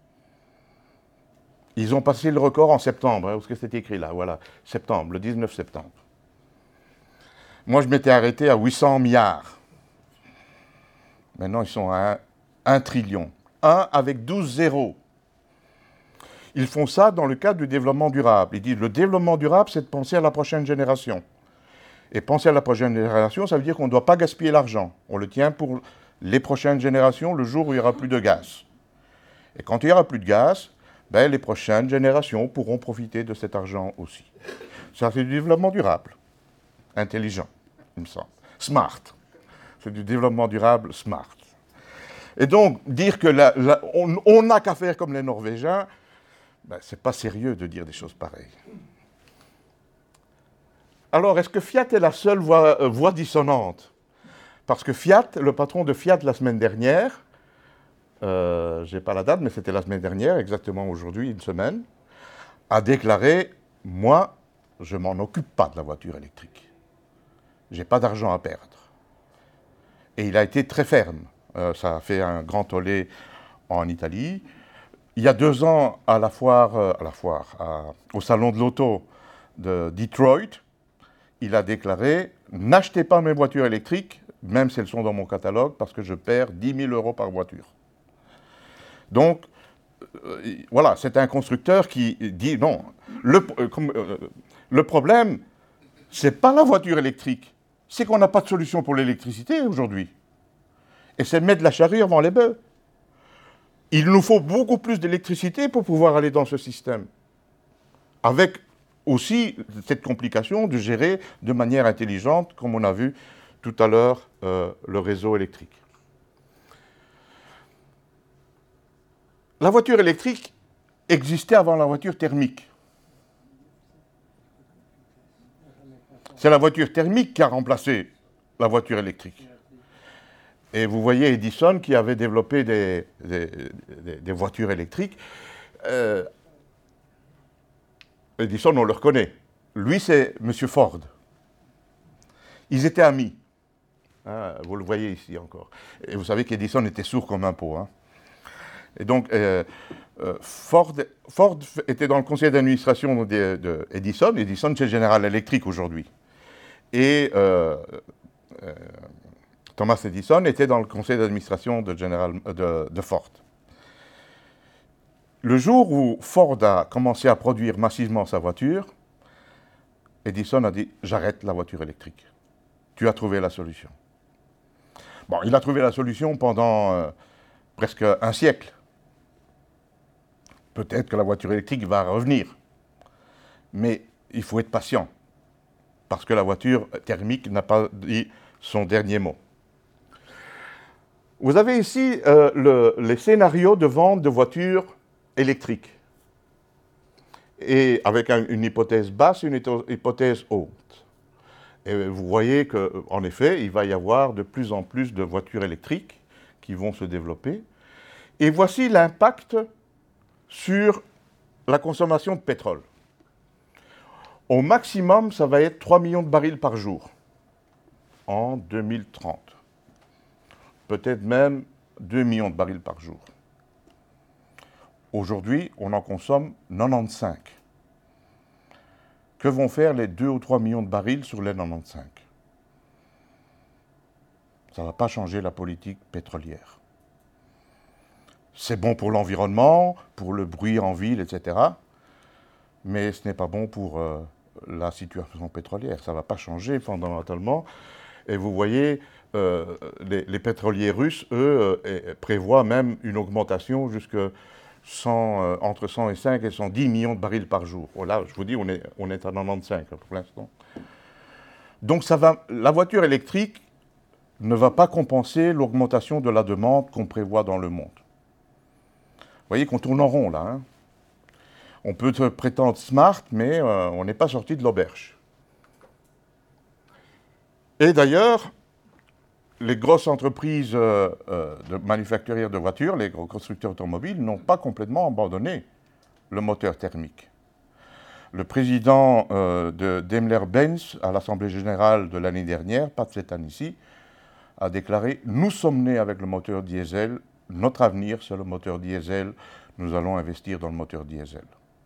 [SPEAKER 4] Ils ont passé le record en septembre, où est-ce que c'est écrit là? Voilà, septembre, le 19 septembre. Moi, je m'étais arrêté à 800 milliards. Maintenant, ils sont à 1 trillion. 1 avec 12 zéros. Ils font ça dans le cadre du développement durable. Ils disent, le développement durable, c'est de penser à la prochaine génération. Et penser à la prochaine génération, ça veut dire qu'on ne doit pas gaspiller l'argent. On le tient pour les prochaines générations, le jour où il n'y aura plus de gaz. Et quand il n'y aura plus de gaz, les prochaines générations pourront profiter de cet argent aussi. Ça, c'est du développement durable. Intelligent, il me semble. Smart. C'est du développement durable smart. Et donc, dire on n'a qu'à faire comme les Norvégiens, c'est pas sérieux de dire des choses pareilles. Alors, est-ce que Fiat est la seule voix dissonante? Parce que Fiat, le patron de Fiat la semaine dernière, je n'ai pas la date, mais c'était la semaine dernière, exactement aujourd'hui, une semaine, a déclaré, moi, je ne m'en occupe pas de la voiture électrique. Je n'ai pas d'argent à perdre. Et il a été très ferme. Ça a fait un grand tollé en Italie. Il y a 2 ans, au salon de l'auto de Detroit, il a déclaré « N'achetez pas mes voitures électriques, même si elles sont dans mon catalogue, parce que je perds 10 000 euros par voiture. » Donc, voilà, c'est un constructeur qui dit non. Le problème, ce n'est pas la voiture électrique, c'est qu'on n'a pas de solution pour l'électricité aujourd'hui. Et c'est mettre la charrue avant les bœufs. Il nous faut beaucoup plus d'électricité pour pouvoir aller dans ce système. Avec aussi cette complication de gérer de manière intelligente, comme on a vu tout à l'heure, le réseau électrique. La voiture électrique existait avant la voiture thermique. C'est la voiture thermique qui a remplacé la voiture électrique. Et vous voyez Edison qui avait développé des voitures électriques. Edison, on le reconnaît. Lui, c'est M. Ford. Ils étaient amis. Vous le voyez ici encore. Et vous savez qu'Edison était sourd comme un pot. Et donc, Ford était dans le conseil d'administration d'Edison. Edison, c'est General Electric aujourd'hui. Et Thomas Edison était dans le conseil d'administration de Ford. Le jour où Ford a commencé à produire massivement sa voiture, Edison a dit « J'arrête la voiture électrique. Tu as trouvé la solution. » Bon, il a trouvé la solution pendant presque un siècle. Peut-être que la voiture électrique va revenir. Mais il faut être patient. Parce que la voiture thermique n'a pas dit son dernier mot. Vous avez ici les scénarios de vente de voitures électrique. Et avec une hypothèse basse et une hypothèse haute. Et vous voyez qu'en effet, il va y avoir de plus en plus de voitures électriques qui vont se développer. Et voici l'impact sur la consommation de pétrole. Au maximum, ça va être 3 millions de barils par jour en 2030. Peut-être même 2 millions de barils par jour. Aujourd'hui, on en consomme 95. Que vont faire les 2 ou 3 millions de barils sur les 95? Ça ne va pas changer la politique pétrolière. C'est bon pour l'environnement, pour le bruit en ville, etc. Mais ce n'est pas bon pour la situation pétrolière. Ça ne va pas changer fondamentalement. Et vous voyez, les pétroliers russes, eux, prévoient même une augmentation entre 105 et 110 millions de barils par jour. Là, je vous dis, on est à 95 pour l'instant. Donc la voiture électrique ne va pas compenser l'augmentation de la demande qu'on prévoit dans le monde. Vous voyez qu'on tourne en rond, là. Hein. On peut se prétendre smart, mais on n'est pas sorti de l'auberge. Et d'ailleurs, les grosses entreprises manufacturières de voitures, les gros constructeurs automobiles, n'ont pas complètement abandonné le moteur thermique. Le président de Daimler-Benz, à l'Assemblée générale de l'année dernière, pas de cette année-ci, a déclaré « Nous sommes nés avec le moteur diesel, notre avenir c'est le moteur diesel, nous allons investir dans le moteur diesel ».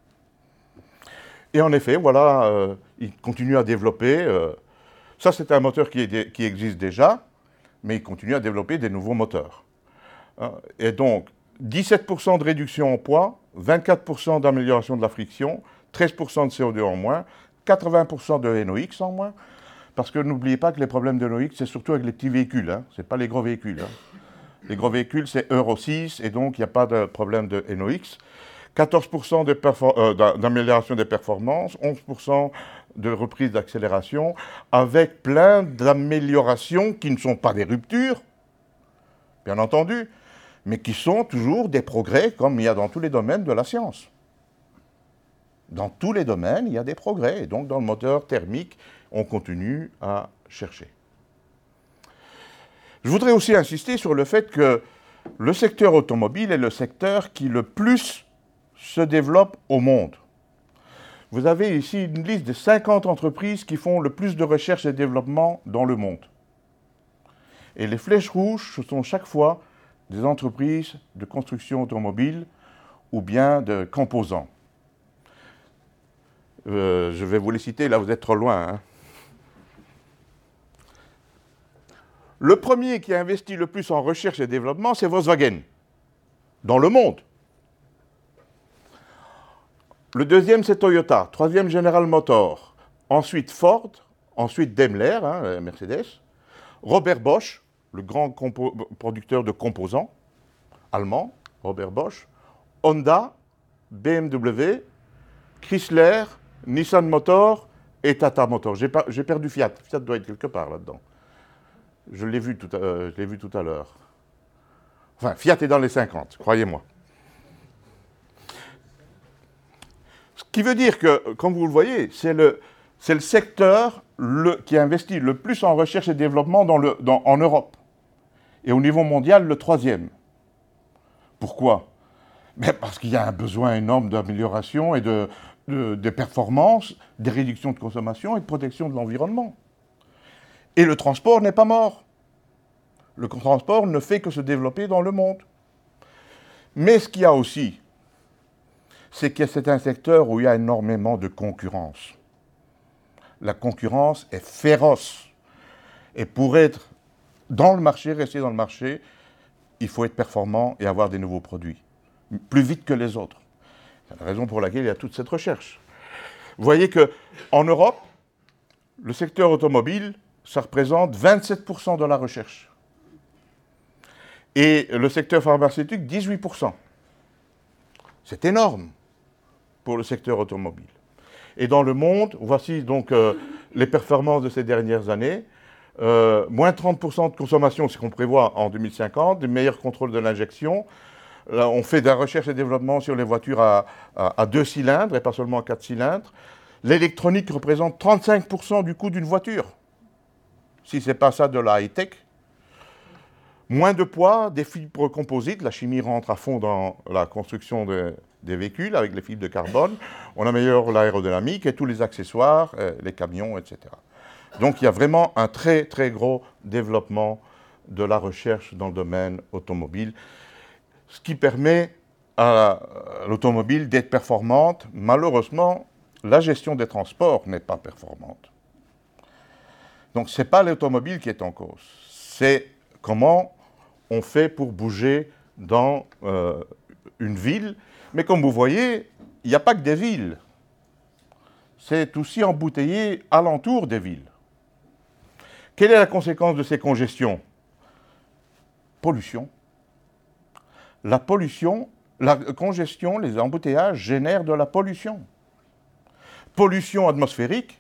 [SPEAKER 4] Et en effet, voilà, il continue à développer. Ça, c'est un moteur qui existe déjà, mais il continue à développer des nouveaux moteurs. Et donc, 17% de réduction en poids, 24% d'amélioration de la friction, 13% de CO2 en moins, 80% de NOx en moins, parce que n'oubliez pas que les problèmes de NOx, c'est surtout avec les petits véhicules, hein, ce n'est pas les gros véhicules. Hein. Les gros véhicules, c'est Euro 6, et donc il n'y a pas de problème de NOx. 14% d'amélioration des performances, 11% de reprise d'accélération, avec plein d'améliorations qui ne sont pas des ruptures, bien entendu, mais qui sont toujours des progrès comme il y a dans tous les domaines de la science. Dans tous les domaines, il y a des progrès, et donc dans le moteur thermique, on continue à chercher. Je voudrais aussi insister sur le fait que le secteur automobile est le secteur qui le plus se développe au monde. Vous avez ici une liste de 50 entreprises qui font le plus de recherche et développement dans le monde. Et les flèches rouges, ce sont chaque fois des entreprises de construction automobile ou bien de composants. Je vais vous les citer, là vous êtes trop loin. Hein. Le premier qui a investi le plus en recherche et développement, c'est Volkswagen, dans le monde. Le deuxième, c'est Toyota. Troisième, General Motors. Ensuite, Ford. Ensuite, Daimler, hein, Mercedes. Robert Bosch, le grand producteur de composants allemand, Robert Bosch. Honda, BMW, Chrysler, Nissan Motor et Tata Motors. J'ai perdu Fiat. Fiat doit être quelque part là-dedans. Je l'ai vu tout à l'heure. Enfin, Fiat est dans les 50, croyez-moi. Ce qui veut dire que, comme vous le voyez, c'est le secteur qui investit le plus en recherche et développement en Europe. Et au niveau mondial, le troisième. Pourquoi? Parce qu'il y a un besoin énorme d'amélioration et de performance, des réductions de consommation et de protection de l'environnement. Et le transport n'est pas mort. Le transport ne fait que se développer dans le monde. Mais ce qu'il y a aussi, c'est que c'est un secteur où il y a énormément de concurrence. La concurrence est féroce. Et pour être dans le marché, rester dans le marché, il faut être performant et avoir des nouveaux produits, plus vite que les autres. C'est la raison pour laquelle il y a toute cette recherche. Vous voyez qu'en Europe, le secteur automobile, ça représente 27% de la recherche. Et le secteur pharmaceutique, 18%. C'est énorme pour le secteur automobile. Et dans le monde, voici donc les performances de ces dernières années. Moins 30% de consommation, c'est ce qu'on prévoit en 2050, des meilleurs contrôles de l'injection, Là, on fait de la recherche et développement sur les voitures à 2 cylindres et pas seulement à 4 cylindres. L'électronique représente 35% du coût d'une voiture. Si ce n'est pas ça de la high-tech. Moins de poids, des fibres composites. La chimie rentre à fond dans la construction des véhicules avec les fibres de carbone. On améliore l'aérodynamique et tous les accessoires, les camions, etc. Donc il y a vraiment un très très gros développement de la recherche dans le domaine automobile, ce qui permet à l'automobile d'être performante. Malheureusement, la gestion des transports n'est pas performante. Donc ce n'est pas l'automobile qui est en cause, c'est comment on fait pour bouger dans une ville. Mais comme vous voyez, il n'y a pas que des villes. C'est aussi embouteillé alentour des villes. Quelle est la conséquence de ces congestions? Pollution. La pollution, la congestion, les embouteillages génèrent de la pollution. Pollution atmosphérique.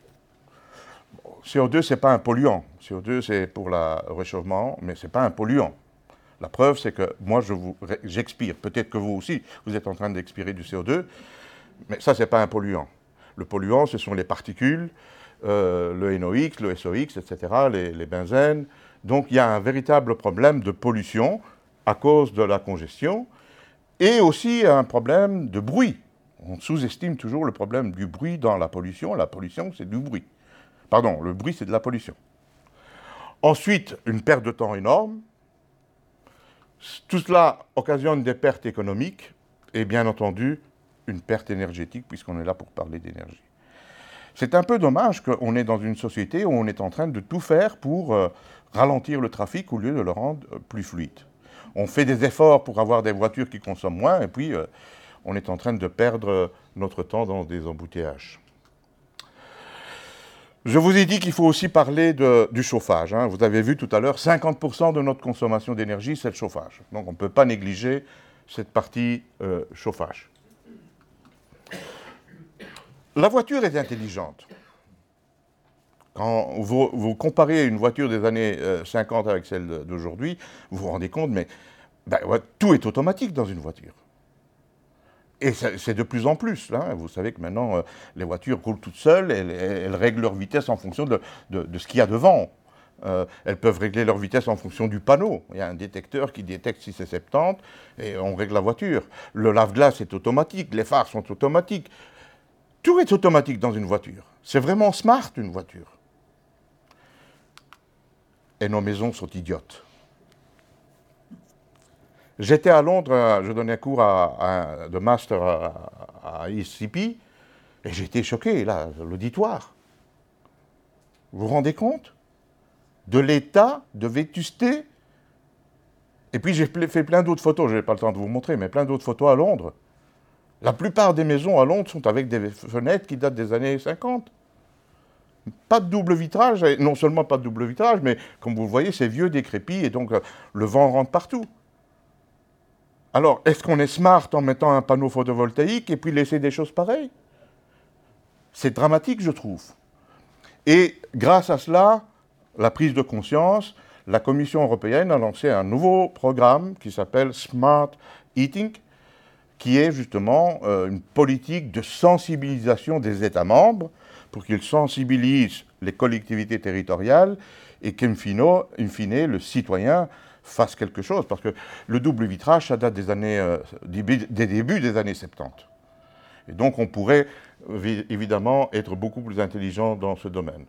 [SPEAKER 4] CO2, ce n'est pas un polluant. CO2, c'est pour le réchauffement, mais ce n'est pas un polluant. La preuve, c'est que moi, j'expire. Peut-être que vous aussi, vous êtes en train d'expirer du CO2, mais ça, ce n'est pas un polluant. Le polluant, ce sont les particules, le NOx, le SOx, etc., les benzènes. Donc, il y a un véritable problème de pollution à cause de la congestion et aussi un problème de bruit. On sous-estime toujours le problème du bruit dans la pollution. La pollution, c'est du bruit. Pardon, le bruit, c'est de la pollution. Ensuite, une perte de temps énorme. Tout cela occasionne des pertes économiques et bien entendu une perte énergétique puisqu'on est là pour parler d'énergie. C'est un peu dommage qu'on est dans une société où on est en train de tout faire pour ralentir le trafic au lieu de le rendre plus fluide. On fait des efforts pour avoir des voitures qui consomment moins et puis on est en train de perdre notre temps dans des embouteillages. Je vous ai dit qu'il faut aussi parler du chauffage. Hein. Vous avez vu tout à l'heure, 50% de notre consommation d'énergie, c'est le chauffage. Donc on ne peut pas négliger cette partie chauffage. La voiture est intelligente. Quand vous comparez une voiture des années 50 avec celle d'aujourd'hui, vous vous rendez compte, mais tout est automatique dans une voiture. Et c'est de plus en plus. Hein. Vous savez que maintenant, les voitures roulent toutes seules, elles règlent leur vitesse en fonction de ce qu'il y a devant. Elles peuvent régler leur vitesse en fonction du panneau. Il y a un détecteur qui détecte si c'est 70 et on règle la voiture. Le lave-glace est automatique, les phares sont automatiques. Tout est automatique dans une voiture. C'est vraiment smart, une voiture. Et nos maisons sont idiotes. J'étais à Londres, je donnais un cours de master à ICP, et j'étais choqué, là, l'auditoire. Vous vous rendez compte de l'état de vétusté? Et puis j'ai fait plein d'autres photos, je n'ai pas le temps de vous montrer, mais plein d'autres photos à Londres. La plupart des maisons à Londres sont avec des fenêtres qui datent des années 50. Pas de double vitrage, et non seulement pas de double vitrage, mais comme vous le voyez, c'est vieux, décrépit, et donc le vent rentre partout. Alors, est-ce qu'on est smart en mettant un panneau photovoltaïque et puis laisser des choses pareilles? C'est dramatique, je trouve. Et grâce à cela, la prise de conscience, la Commission européenne a lancé un nouveau programme qui s'appelle Smart Heating, qui est justement une politique de sensibilisation des États membres pour qu'ils sensibilisent les collectivités territoriales et qu'in fine, le citoyen fasse quelque chose, parce que le double vitrage, ça date des débuts des années 70. Et donc on pourrait évidemment être beaucoup plus intelligent dans ce domaine.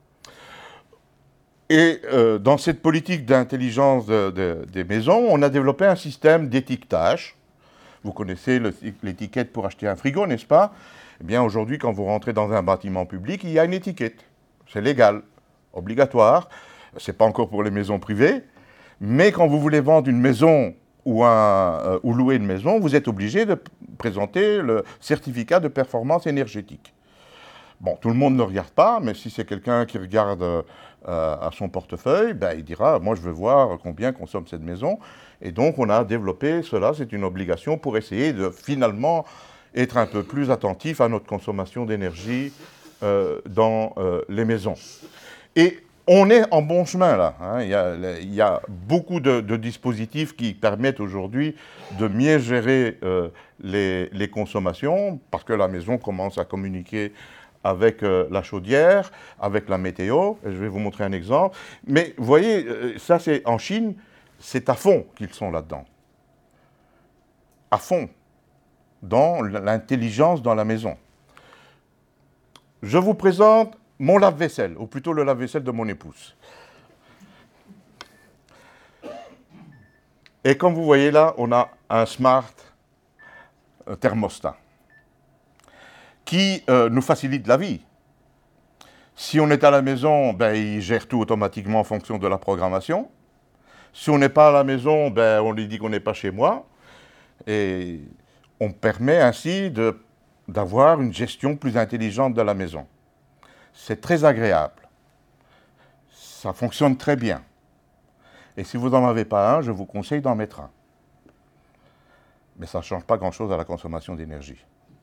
[SPEAKER 4] Et dans cette politique d'intelligence des maisons, on a développé un système d'étiquetage. Vous connaissez l'étiquette pour acheter un frigo, n'est-ce pas? Eh bien aujourd'hui, quand vous rentrez dans un bâtiment public, il y a une étiquette. C'est légal, obligatoire. Ce n'est pas encore pour les maisons privées. Mais quand vous voulez vendre une maison ou louer une maison, vous êtes obligé de présenter le certificat de performance énergétique. Bon, tout le monde ne regarde pas, mais si c'est quelqu'un qui regarde à son portefeuille, il dira « moi je veux voir combien consomme cette maison ». Et donc on a développé cela, c'est une obligation pour essayer de finalement être un peu plus attentif à notre consommation d'énergie dans les maisons. Et On est en bon chemin là. Hein. Il y a beaucoup de dispositifs qui permettent aujourd'hui de mieux gérer les consommations, parce que la maison commence à communiquer avec la chaudière, avec la météo. Et je vais vous montrer un exemple. Mais vous voyez, ça c'est en Chine, c'est à fond qu'ils sont là-dedans. À fond, dans l'intelligence dans la maison. Je vous présente mon lave-vaisselle, ou plutôt le lave-vaisselle de mon épouse. Et comme vous voyez là, on a un smart thermostat qui nous facilite la vie. Si on est à la maison, ben, il gère tout automatiquement en fonction de la programmation. Si on n'est pas à la maison, ben, on lui dit qu'on n'est pas chez moi. Et on permet ainsi d'avoir une gestion plus intelligente de la maison. C'est très agréable. Ça fonctionne très bien. Et si vous n'en avez pas un, je vous conseille d'en mettre un. Mais ça ne change pas grand-chose à la consommation d'énergie.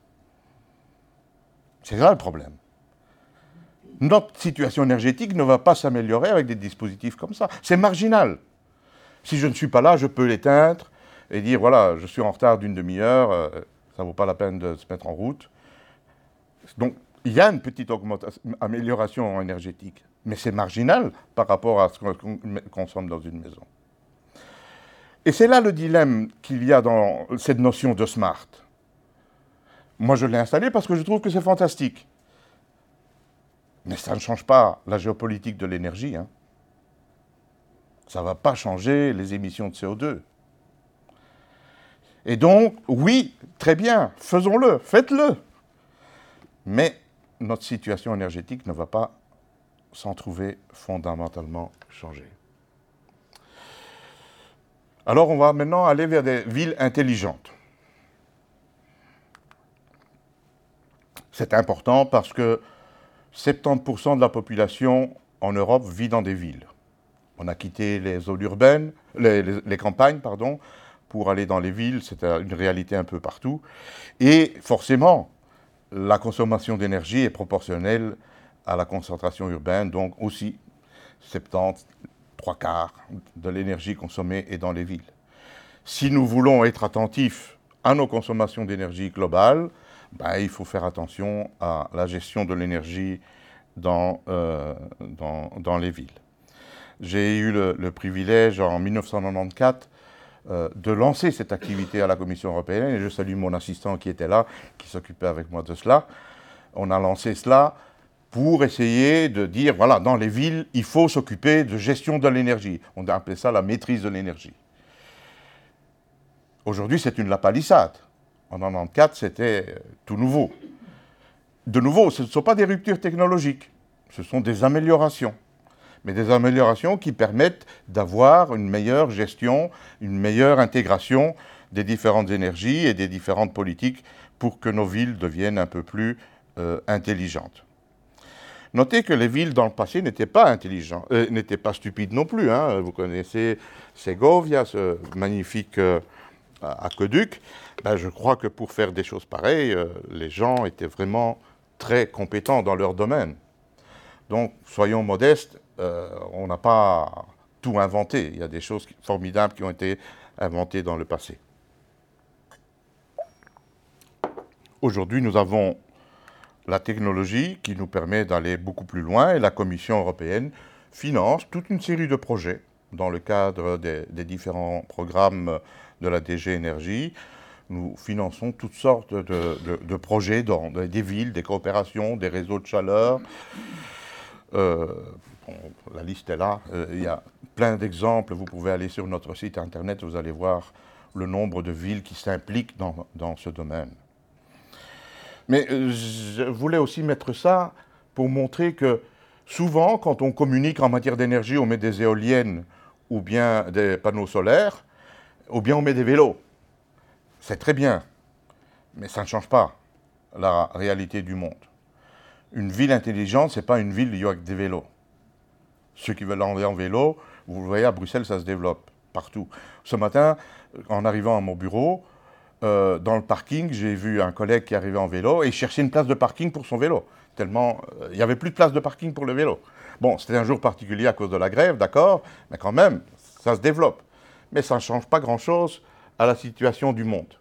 [SPEAKER 4] C'est ça le problème. Notre situation énergétique ne va pas s'améliorer avec des dispositifs comme ça. C'est marginal. Si je ne suis pas là, je peux l'éteindre et dire, voilà, je suis en retard d'une demi-heure, ça ne vaut pas la peine de se mettre en route. Donc, il y a une petite amélioration énergétique, mais c'est marginal par rapport à ce qu'on consomme dans une maison. Et c'est là le dilemme qu'il y a dans cette notion de smart. Moi, je l'ai installé parce que je trouve que c'est fantastique. Mais ça ne change pas la géopolitique de l'énergie. Hein. Ça ne va pas changer les émissions de CO2. Et donc, oui, très bien, faisons-le, faites-le. Mais notre situation énergétique ne va pas s'en trouver fondamentalement changée. Alors, on va maintenant aller vers des villes intelligentes. C'est important parce que 70% de la population en Europe vit dans des villes. On a quitté les zones urbaines, les campagnes, pardon, pour aller dans les villes. C'est une réalité un peu partout. Et forcément, la consommation d'énergie est proportionnelle à la concentration urbaine, donc aussi 70, 3/4 de l'énergie consommée est dans les villes. Si nous voulons être attentifs à nos consommations d'énergie globales, ben, il faut faire attention à la gestion de l'énergie dans les villes. J'ai eu le privilège en 1994 de lancer cette activité à la Commission européenne, et je salue mon assistant qui était là, qui s'occupait avec moi de cela. On a lancé cela pour essayer de dire, voilà, dans les villes, il faut s'occuper de gestion de l'énergie. On a appelé ça la maîtrise de l'énergie. Aujourd'hui, c'est une lapalissade. En 1994, c'était tout nouveau. De nouveau, ce ne sont pas des ruptures technologiques, ce sont des améliorations. Mais des améliorations qui permettent d'avoir une meilleure gestion, une meilleure intégration des différentes énergies et des différentes politiques pour que nos villes deviennent un peu plus intelligentes. Notez que les villes dans le passé n'étaient pas intelligentes, n'étaient pas stupides non plus. Hein. Vous connaissez Ségovia, ce magnifique aqueduc. Ben, je crois que pour faire des choses pareilles, les gens étaient vraiment très compétents dans leur domaine. Donc, soyons modestes, on n'a pas tout inventé. Il y a des choses formidables qui ont été inventées dans le passé. Aujourd'hui, nous avons la technologie qui nous permet d'aller beaucoup plus loin, et la Commission européenne finance toute une série de projets dans le cadre des différents programmes de la DG Énergie. Nous finançons toutes sortes de projets dans des villes, des coopérations, des réseaux de chaleur. Bon, la liste est là. Il y a plein d'exemples. Vous pouvez aller sur notre site internet, vous allez voir le nombre de villes qui s'impliquent dans ce domaine. Mais je voulais aussi mettre ça pour montrer que souvent, quand on communique en matière d'énergie, on met des éoliennes ou bien des panneaux solaires, ou bien on met des vélos. C'est très bien, mais ça ne change pas la réalité du monde. Une ville intelligente, ce n'est pas une ville où il y a des vélos. Ceux qui veulent aller en vélo, vous le voyez, à Bruxelles, ça se développe partout. Ce matin, en arrivant à mon bureau, dans le parking, j'ai vu un collègue qui arrivait en vélo et il cherchait une place de parking pour son vélo. Tellement, il n'y avait plus de place de parking pour le vélo. Bon, c'était un jour particulier à cause de la grève, d'accord, mais quand même, ça se développe. Mais ça ne change pas grand-chose à la situation du monde.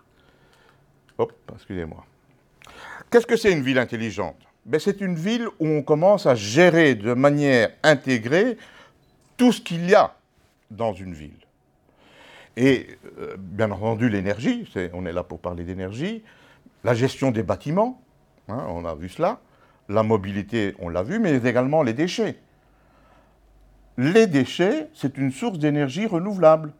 [SPEAKER 4] Hop, excusez-moi. Qu'est-ce que c'est une ville intelligente? Ben, c'est une ville où on commence à gérer de manière intégrée tout ce qu'il y a dans une ville. Et bien entendu l'énergie, on est là pour parler d'énergie, la gestion des bâtiments, hein, on a vu cela, la mobilité, on l'a vu, mais également les déchets. Les déchets, c'est une source d'énergie renouvelable.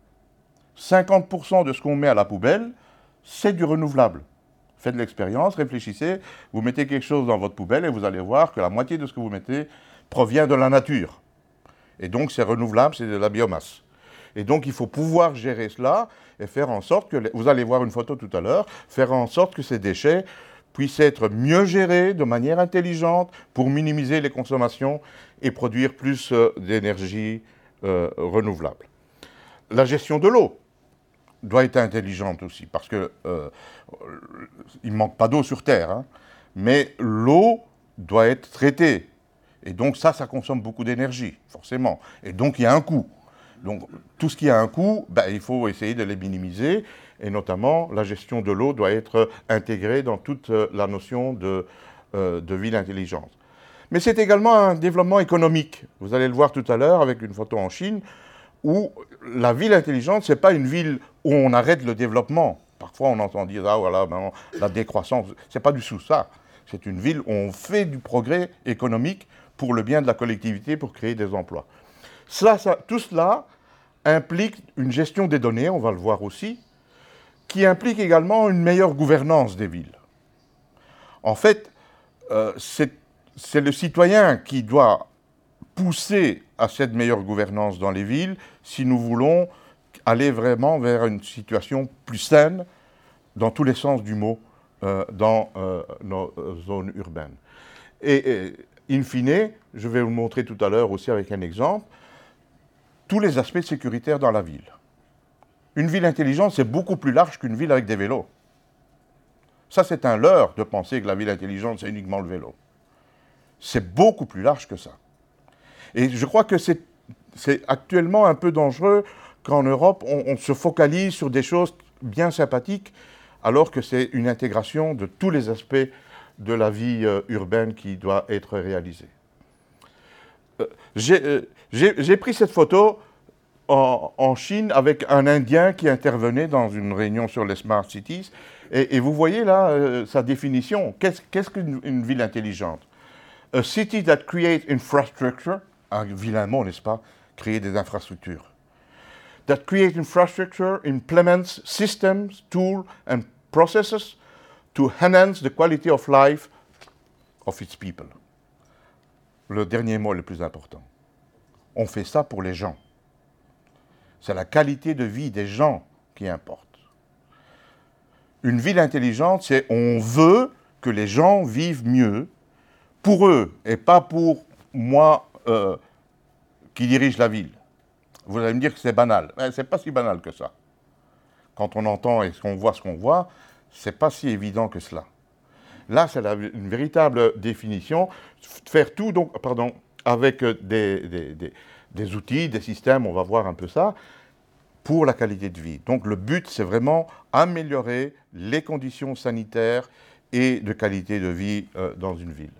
[SPEAKER 4] 50% de ce qu'on met à la poubelle, c'est du renouvelable. Faites l'expérience, réfléchissez, vous mettez quelque chose dans votre poubelle et vous allez voir que la moitié de ce que vous mettez provient de la nature. Et donc c'est renouvelable, c'est de la biomasse. Et donc il faut pouvoir gérer cela et faire en sorte que, vous allez voir une photo tout à l'heure, faire en sorte que ces déchets puissent être mieux gérés de manière intelligente pour minimiser les consommations et produire plus d'énergie renouvelable. La gestion de l'eau doit être intelligente aussi, parce que il ne manque pas d'eau sur Terre, hein, mais l'eau doit être traitée. Et donc ça consomme beaucoup d'énergie, forcément. Et donc il y a un coût. Donc tout ce qui a un coût, ben, il faut essayer de les minimiser, et notamment la gestion de l'eau doit être intégrée dans toute la notion de ville intelligente. Mais c'est également un développement économique. Vous allez le voir tout à l'heure avec une photo en Chine, où la ville intelligente, ce n'est pas une ville où on arrête le développement. Parfois on entend dire, ah voilà, ben, la décroissance, ce n'est pas du tout ça. C'est une ville où on fait du progrès économique pour le bien de la collectivité, pour créer des emplois. Tout cela implique une gestion des données, on va le voir aussi, qui implique également une meilleure gouvernance des villes. En fait, c'est le citoyen qui doit pousser à cette meilleure gouvernance dans les villes si nous voulons aller vraiment vers une situation plus saine dans tous les sens du mot dans nos zones urbaines. Et in fine, je vais vous montrer tout à l'heure aussi avec un exemple, tous les aspects sécuritaires dans la ville. Une ville intelligente, c'est beaucoup plus large qu'une ville avec des vélos. Ça, c'est un leurre de penser que la ville intelligente, c'est uniquement le vélo. C'est beaucoup plus large que ça. Et je crois que c'est actuellement un peu dangereux qu'en Europe, on se focalise sur des choses bien sympathiques, alors que c'est une intégration de tous les aspects de la vie urbaine qui doit être réalisée. J'ai pris cette photo en Chine avec un Indien qui intervenait dans une réunion sur les Smart Cities. Et vous voyez là sa définition. Qu'est-ce qu'une ville intelligente? A city that creates infrastructure, un vilain mot, n'est-ce pas? Créer des infrastructures. That creates infrastructure, implements systems, tools and processes to enhance the quality of life of its people. Le dernier mot le plus important. On fait ça pour les gens. C'est la qualité de vie des gens qui importe. Une ville intelligente, c'est on veut que les gens vivent mieux pour eux et pas pour moi qui dirige la ville. Vous allez me dire que c'est banal. Mais c'est pas si banal que ça. Quand on entend et qu'on voit ce qu'on voit, c'est pas si évident que cela. Là, c'est une véritable définition. Faire tout, donc, avec des outils, des systèmes, on va voir un peu ça, pour la qualité de vie. Donc le but, c'est vraiment améliorer les conditions sanitaires et de qualité de vie dans une ville.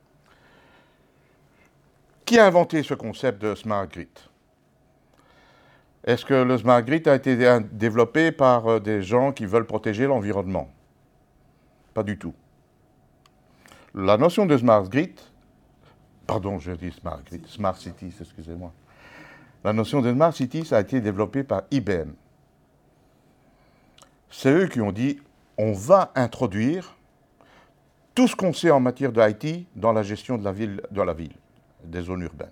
[SPEAKER 4] Qui a inventé ce concept de Smart Grid? Est-ce que le Smart Grid a été développé par des gens qui veulent protéger l'environnement? Pas du tout. La notion de Smart Grid, je dis Smart Grid, Smart Cities, excusez-moi. La notion de Smart Cities a été développée par IBM. C'est eux qui ont dit, on va introduire tout ce qu'on sait en matière de IT dans la gestion de la ville, des zones urbaines.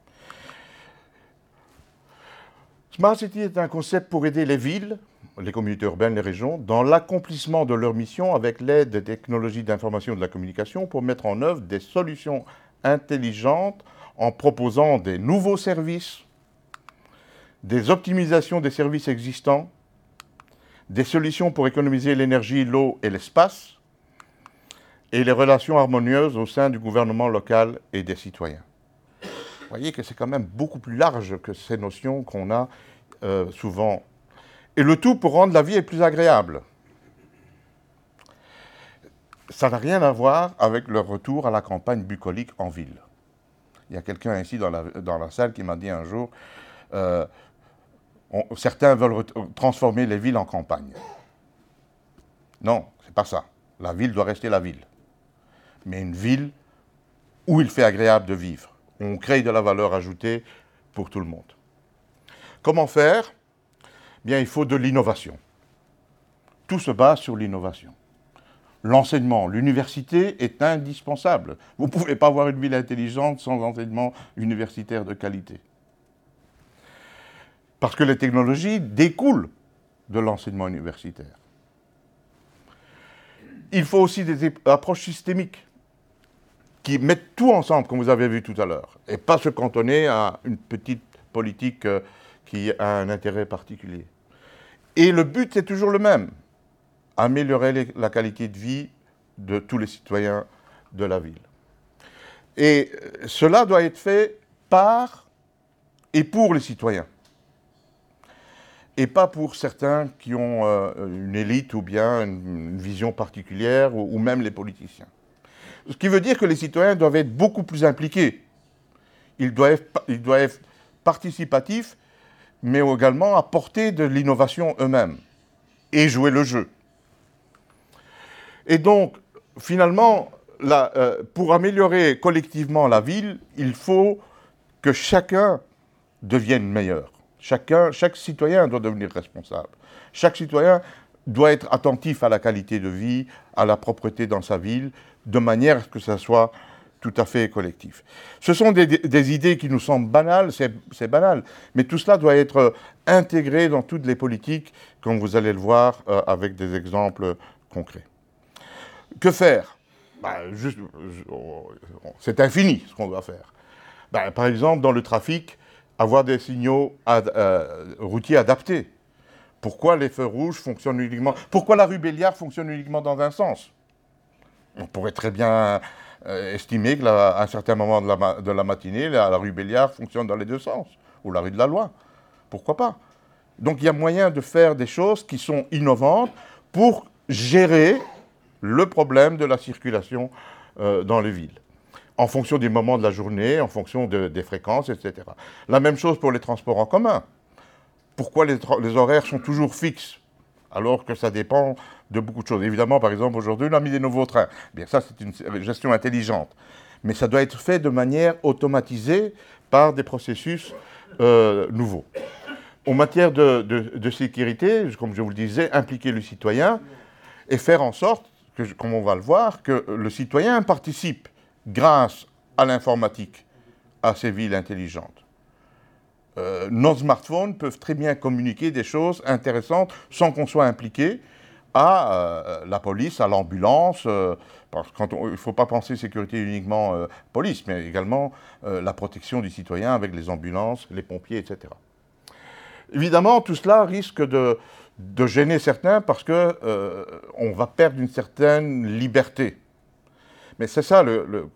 [SPEAKER 4] Smart City est un concept pour aider les villes, les communautés urbaines, les régions, dans l'accomplissement de leur mission avec l'aide des technologies d'information et de la communication pour mettre en œuvre des solutions intelligentes en proposant des nouveaux services, des optimisations des services existants, des solutions pour économiser l'énergie, l'eau et l'espace, et les relations harmonieuses au sein du gouvernement local et des citoyens. Vous voyez que c'est quand même beaucoup plus large que ces notions qu'on a souvent. Et le tout pour rendre la vie plus agréable. Ça n'a rien à voir avec le retour à la campagne bucolique en ville. Il y a quelqu'un ici dans la salle qui m'a dit un jour, certains veulent transformer les villes en campagne. Non, c'est pas ça. La ville doit rester la ville. Mais une ville où il fait agréable de vivre. On crée de la valeur ajoutée pour tout le monde. Comment faire? Bien, il faut de l'innovation. Tout se base sur l'innovation. L'enseignement, l'université est indispensable. Vous ne pouvez pas avoir une ville intelligente sans enseignement universitaire de qualité. Parce que les technologies découlent de l'enseignement universitaire. Il faut aussi des approches systémiques qui mettent tout ensemble, comme vous avez vu tout à l'heure, et pas se cantonner à une petite politique qui a un intérêt particulier. Et le but, c'est toujours le même, améliorer la qualité de vie de tous les citoyens de la ville. Et cela doit être fait par et pour les citoyens. Et pas pour certains qui ont une élite ou bien une vision particulière, ou même les politiciens. Ce qui veut dire que les citoyens doivent être beaucoup plus impliqués. Ils doivent être participatifs, mais également apporter de l'innovation eux-mêmes et jouer le jeu. Et donc, finalement, pour améliorer collectivement la ville, il faut que chacun devienne meilleur. Chaque citoyen doit devenir responsable. Chaque citoyen doit être attentif à la qualité de vie, à la propreté dans sa ville, de manière à ce que ça soit tout à fait collectif. Ce sont des idées qui nous semblent banales, c'est banal, mais tout cela doit être intégré dans toutes les politiques, comme vous allez le voir avec des exemples concrets. Que faire? C'est infini ce qu'on doit faire. Par exemple, dans le trafic, avoir des signaux routiers adaptés. Pourquoi les feux rouges fonctionnent uniquement... Pourquoi la rue Béliard fonctionne uniquement dans un sens? On pourrait très bien estimer qu'à un certain moment de la matinée, la rue Béliard fonctionne dans les deux sens, ou la rue de la Loi. Pourquoi pas? Donc il y a moyen de faire des choses qui sont innovantes pour gérer le problème de la circulation dans les villes, en fonction des moments de la journée, en fonction des fréquences, etc. La même chose pour les transports en commun. Pourquoi les horaires sont toujours fixes, alors que ça dépend de beaucoup de choses? Évidemment, par exemple, aujourd'hui, on a mis des nouveaux trains. Bien, ça, c'est une gestion intelligente. Mais ça doit être fait de manière automatisée par des processus nouveaux. En matière de sécurité, comme je vous le disais, impliquer le citoyen et faire en sorte, comme on va le voir, que le citoyen participe, grâce à l'informatique, à ces villes intelligentes. Nos smartphones peuvent très bien communiquer des choses intéressantes sans qu'on soit impliqué à la police, à l'ambulance. Il ne faut pas penser sécurité uniquement police, mais également la protection du citoyen avec les ambulances, les pompiers, etc. Évidemment, tout cela risque de gêner certains parce qu'on va perdre une certaine liberté. Mais c'est ça le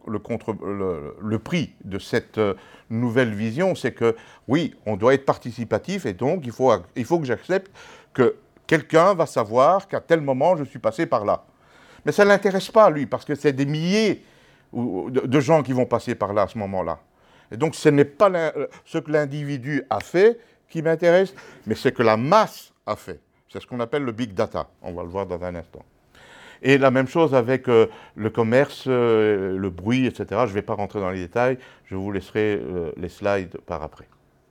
[SPEAKER 4] prix de cette nouvelle vision, c'est que oui, on doit être participatif et donc il faut que j'accepte que quelqu'un va savoir qu'à tel moment je suis passé par là. Mais ça ne l'intéresse pas lui, parce que c'est des milliers de gens qui vont passer par là à ce moment-là. Et donc ce n'est pas ce que l'individu a fait qui m'intéresse, mais c'est que la masse a fait. C'est ce qu'on appelle le big data, on va le voir dans un instant. Et la même chose avec le commerce, le bruit, etc. Je ne vais pas rentrer dans les détails, je vous laisserai les slides par après.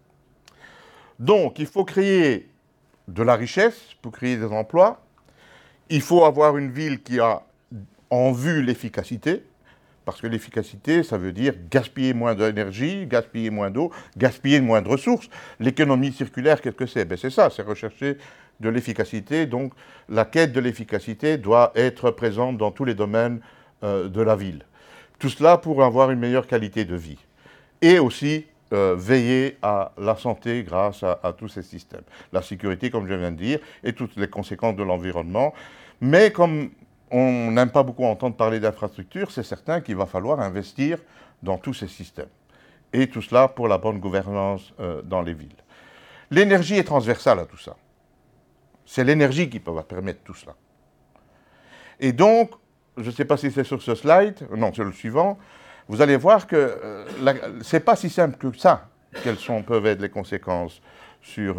[SPEAKER 4] Donc, il faut créer de la richesse pour créer des emplois. Il faut avoir une ville qui a en vue l'efficacité, parce que l'efficacité, ça veut dire gaspiller moins d'énergie, gaspiller moins d'eau, gaspiller moins de ressources. L'économie circulaire, qu'est-ce que c'est? C'est ça, c'est rechercher de l'efficacité. Donc, la quête de l'efficacité doit être présente dans tous les domaines de la ville. Tout cela pour avoir une meilleure qualité de vie. Et aussi veiller à la santé grâce à tous ces systèmes. La sécurité, comme je viens de dire, et toutes les conséquences de l'environnement. Mais comme on n'aime pas beaucoup entendre parler d'infrastructures, c'est certain qu'il va falloir investir dans tous ces systèmes. et tout cela pour la bonne gouvernance dans les villes. L'énergie est transversale à tout ça. C'est l'énergie qui peut permettre tout cela. Et donc, je ne sais pas si c'est sur ce slide, non, sur le suivant, vous allez voir que ce n'est pas si simple que ça, peuvent être les conséquences sur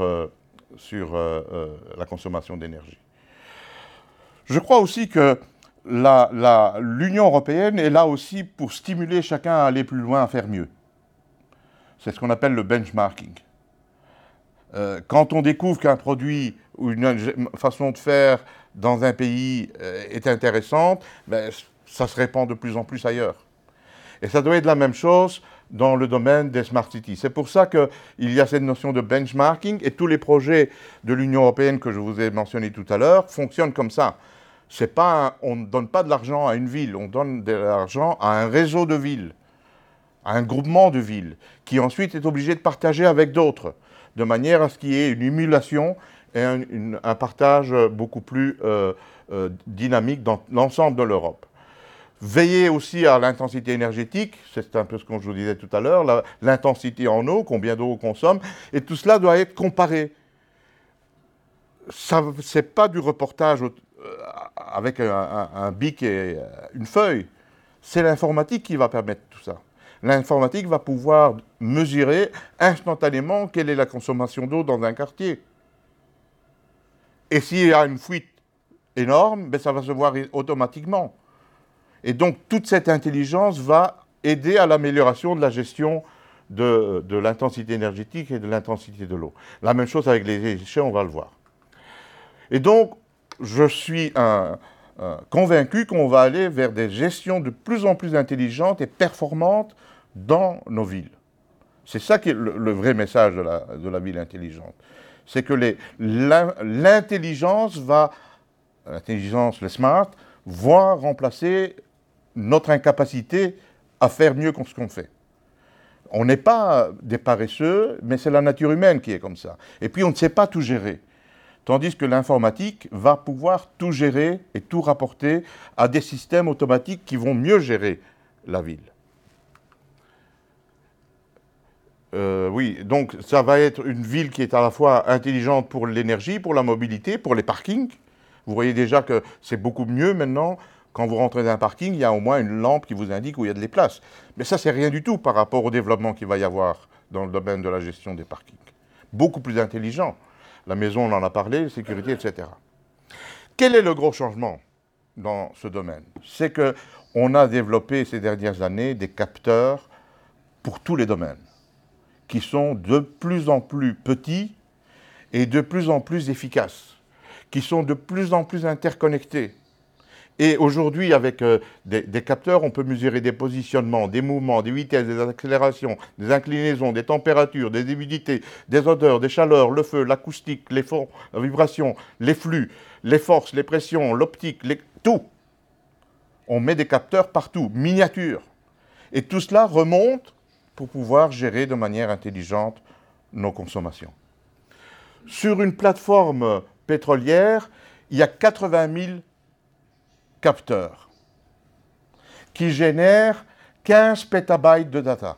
[SPEAKER 4] la consommation d'énergie. Je crois aussi que l'Union européenne est là aussi pour stimuler chacun à aller plus loin, à faire mieux. C'est ce qu'on appelle le benchmarking. Quand on découvre qu'un produit ou une façon de faire dans un pays est intéressante, ben, ça se répand de plus en plus ailleurs. Et ça doit être la même chose dans le domaine des smart cities. C'est pour ça qu'il y a cette notion de benchmarking et tous les projets de l'Union européenne que je vous ai mentionnés tout à l'heure fonctionnent comme ça. On ne donne pas de l'argent à une ville, on donne de l'argent à un réseau de villes, à un groupement de villes, qui ensuite est obligé de partager avec d'autres, de manière à ce qu'il y ait une émulation et un partage beaucoup plus dynamique dans l'ensemble de l'Europe. Veillez aussi à l'intensité énergétique, c'est un peu ce que je vous disais tout à l'heure, l'intensité en eau, combien d'eau on consomme, et tout cela doit être comparé. Ce n'est pas du reportage avec un bic et une feuille, c'est l'informatique qui va permettre tout ça. L'informatique va pouvoir mesurer instantanément quelle est la consommation d'eau dans un quartier. Et s'il y a une fuite énorme, ben ça va se voir automatiquement. Et donc, toute cette intelligence va aider à l'amélioration de la gestion de l'intensité énergétique et de l'intensité de l'eau. La même chose avec les déchets, on va le voir. Et donc, je suis convaincu qu'on va aller vers des gestions de plus en plus intelligentes et performantes dans nos villes. C'est ça qui est le vrai message de la ville intelligente. C'est que l'intelligence, le smart, va remplacer notre incapacité à faire mieux que ce qu'on fait. On n'est pas des paresseux, mais c'est la nature humaine qui est comme ça. Et puis on ne sait pas tout gérer. Tandis que l'informatique va pouvoir tout gérer et tout rapporter à des systèmes automatiques qui vont mieux gérer la ville. Oui, donc ça va être une ville qui est à la fois intelligente pour l'énergie, pour la mobilité, pour les parkings. Vous voyez déjà que c'est beaucoup mieux maintenant. Quand vous rentrez dans un parking, il y a au moins une lampe qui vous indique où il y a de places. Mais ça, c'est rien du tout par rapport au développement qu'il va y avoir dans le domaine de la gestion des parkings. Beaucoup plus intelligent. La maison, on en a parlé, sécurité, etc. Quel est le gros changement dans ce domaine? C'est qu'on a développé ces dernières années des capteurs pour tous les domaines, qui sont de plus en plus petits et de plus en plus efficaces, qui sont de plus en plus interconnectés. Et aujourd'hui, avec des capteurs, on peut mesurer des positionnements, des mouvements, des vitesses, des accélérations, des inclinaisons, des températures, des humidités, des odeurs, des chaleurs, le feu, l'acoustique, les fonds, la vibration, les flux, les forces, les pressions, l'optique, tout. On met des capteurs partout, miniatures. Et tout cela remonte pour pouvoir gérer de manière intelligente nos consommations. Sur une plateforme pétrolière, il y a 80 000 capteurs qui génèrent 15 pétabytes de data.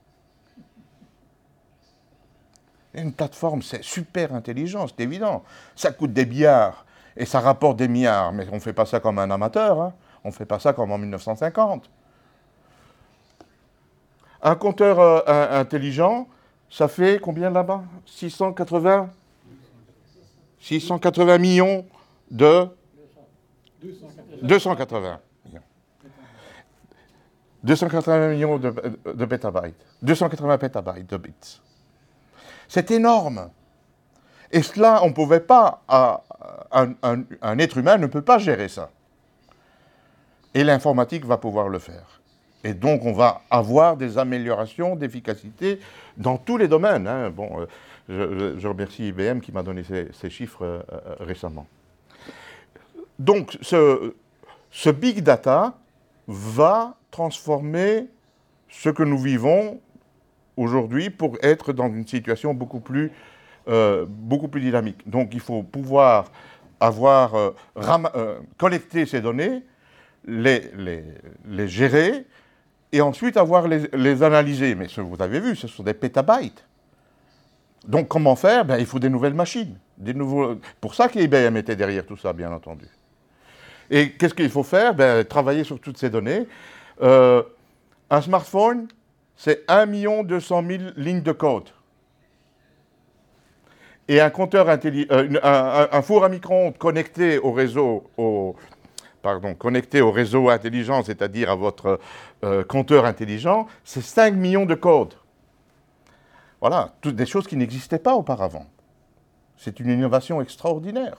[SPEAKER 4] Une plateforme, c'est super intelligent, c'est évident. Ça coûte des milliards et ça rapporte des milliards, mais on ne fait pas ça comme un amateur, hein. On ne fait pas ça comme en 1950. Un compteur intelligent, ça fait combien là-bas? 680 millions de... 280 millions. 280 millions de pétabytes. 280 pétabytes de bits. C'est énorme. Et cela, on ne pouvait pas... Un être humain ne peut pas gérer ça. Et l'informatique va pouvoir le faire. Et donc, on va avoir des améliorations d'efficacité dans tous les domaines, hein. Bon, je remercie IBM qui m'a donné ces chiffres récemment. Donc, ce big data va transformer ce que nous vivons aujourd'hui pour être dans une situation beaucoup plus dynamique. Donc, il faut pouvoir collecter ces données, les gérer et ensuite avoir les analyser. Mais vous avez vu, ce sont des pétabytes. Donc comment faire? Ben, il faut des nouvelles machines. Pour ça qu'IBM était derrière tout ça, bien entendu. Et qu'est-ce qu'il faut faire? Ben, travailler sur toutes ces données. Un smartphone, c'est 1 200 000 lignes de code. Et un four à micro-ondes connecté au réseau, connecté au réseau intelligent, c'est-à-dire à votre compteur intelligent, c'est 5 millions de codes. Voilà, toutes des choses qui n'existaient pas auparavant. C'est une innovation extraordinaire.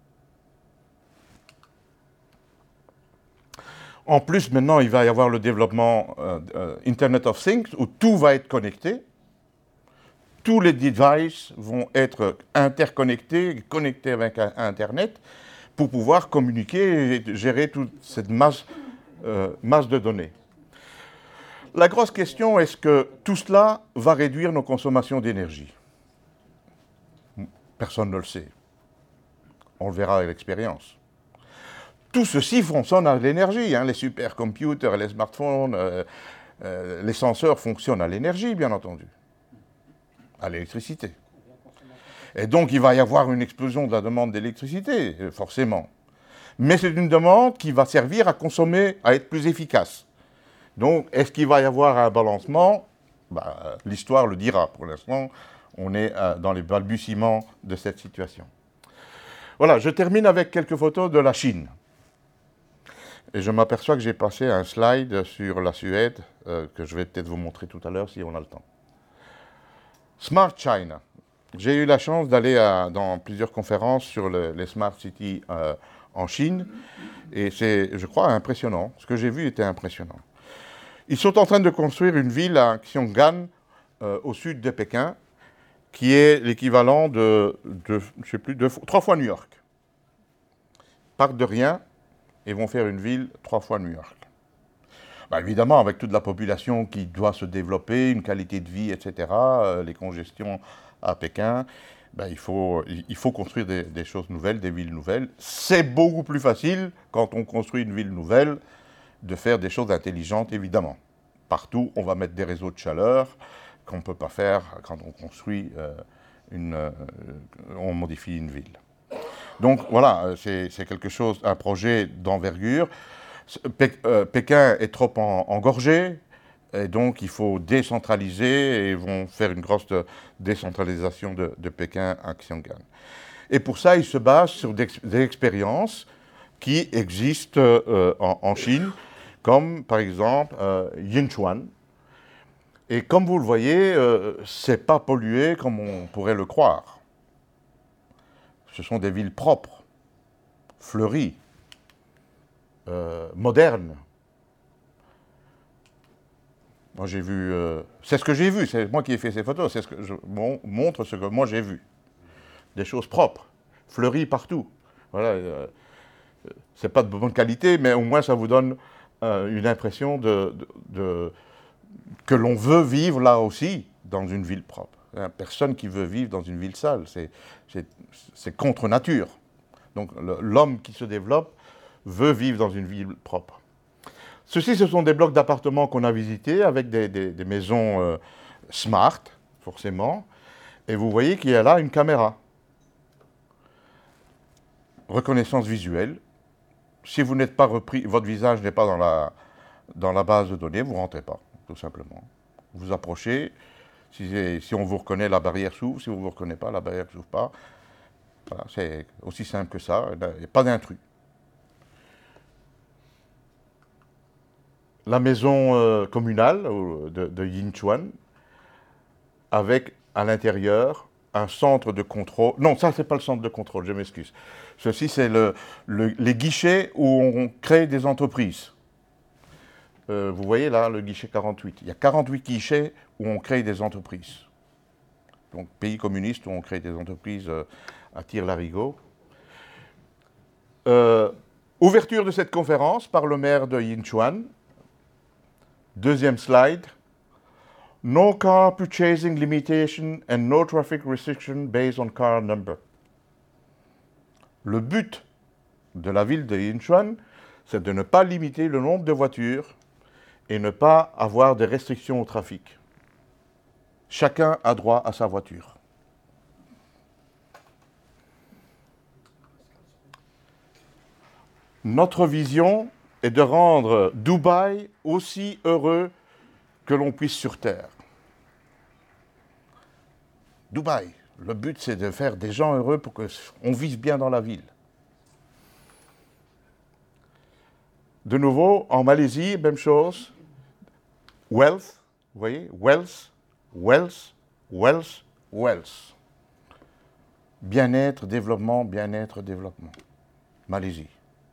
[SPEAKER 4] En plus, maintenant, il va y avoir le développement Internet of Things, où tout va être connecté. Tous les devices vont être interconnectés, connectés avec Internet, pour pouvoir communiquer et gérer toute cette masse de données. La grosse question, est-ce que tout cela va réduire nos consommations d'énergie? Personne ne le sait. On le verra avec l'expérience. Tout ceci fonctionne à l'énergie, hein, les supercomputers, les smartphones, les senseurs fonctionnent à l'énergie, bien entendu, à l'électricité. Et donc, il va y avoir une explosion de la demande d'électricité, forcément. Mais c'est une demande qui va servir à consommer, à être plus efficace. Donc, est-ce qu'il va y avoir un balancement? L'histoire le dira. Pour l'instant, on est dans les balbutiements de cette situation. Voilà, je termine avec quelques photos de la Chine. Et je m'aperçois que j'ai passé un slide sur la Suède, que je vais peut-être vous montrer tout à l'heure si on a le temps. Smart China. J'ai eu la chance d'aller dans plusieurs conférences sur les Smart Cities en Chine, et c'est, je crois, impressionnant. Ce que j'ai vu était impressionnant. Ils sont en train de construire une ville à Xiong'an, au sud de Pékin, qui est l'équivalent de 3 fois New York. Ils partent de rien et vont faire une ville 3 fois New York. Évidemment, avec toute la population qui doit se développer, une qualité de vie, etc., les congestions à Pékin, il faut construire des choses nouvelles, des villes nouvelles. C'est beaucoup plus facile, quand on construit une ville nouvelle, de faire des choses intelligentes, évidemment. Partout, on va mettre des réseaux de chaleur qu'on ne peut pas faire quand on construit, on modifie une ville. Donc voilà, c'est quelque chose, un projet d'envergure. Pékin est trop engorgé, et donc il faut décentraliser, et ils vont faire une grosse décentralisation de Pékin à Xiong'an. Et pour ça, ils se basent sur des expériences qui existent en Chine, comme par exemple Yinchuan. Et comme vous le voyez, c'est pas pollué comme on pourrait le croire. Ce sont des villes propres, fleuries, modernes. Moi j'ai vu, c'est ce que j'ai vu, c'est moi qui ai fait ces photos, c'est ce que je montre ce que moi j'ai vu. Des choses propres, fleuries partout. Voilà, c'est pas de bonne qualité, mais au moins ça vous donne une impression que l'on veut vivre là aussi dans une ville propre. Personne qui veut vivre dans une ville sale, c'est contre nature. Donc l'homme qui se développe veut vivre dans une ville propre. Ceci, ce sont des blocs d'appartements qu'on a visités avec des maisons smart, forcément. Et vous voyez qu'il y a là une caméra. Reconnaissance visuelle. Si vous n'êtes pas repris, votre visage n'est pas dans la base de données, vous ne rentrez pas, tout simplement. Vous approchez, si on vous reconnaît, la barrière s'ouvre, si on ne vous reconnaît pas, la barrière ne s'ouvre pas. Voilà, c'est aussi simple que ça, il n'y a pas d'intrus. La maison communale de Yinchuan, avec à l'intérieur un centre de contrôle. Non, ça, ce n'est pas le centre de contrôle, je m'excuse. Ceci, c'est les guichets où on crée des entreprises. Vous voyez là, le guichet 48. Il y a 48 guichets où on crée des entreprises. Donc, pays communiste où on crée des entreprises à tire-larigot. Ouverture de cette conférence par le maire de Yinchuan. Deuxième slide. No car purchasing limitation and no traffic restriction based on car number. Le but de la ville de Yinchuan, c'est de ne pas limiter le nombre de voitures et ne pas avoir de restrictions au trafic. Chacun a droit à sa voiture. Notre vision est de rendre Dubaï aussi heureux que l'on puisse sur Terre. Dubaï, le but c'est de faire des gens heureux pour qu'on vive bien dans la ville. De nouveau, en Malaisie, même chose. Wealth, vous voyez, wealth, wealth, wealth, wealth. Bien-être, développement, bien-être, développement. Malaisie.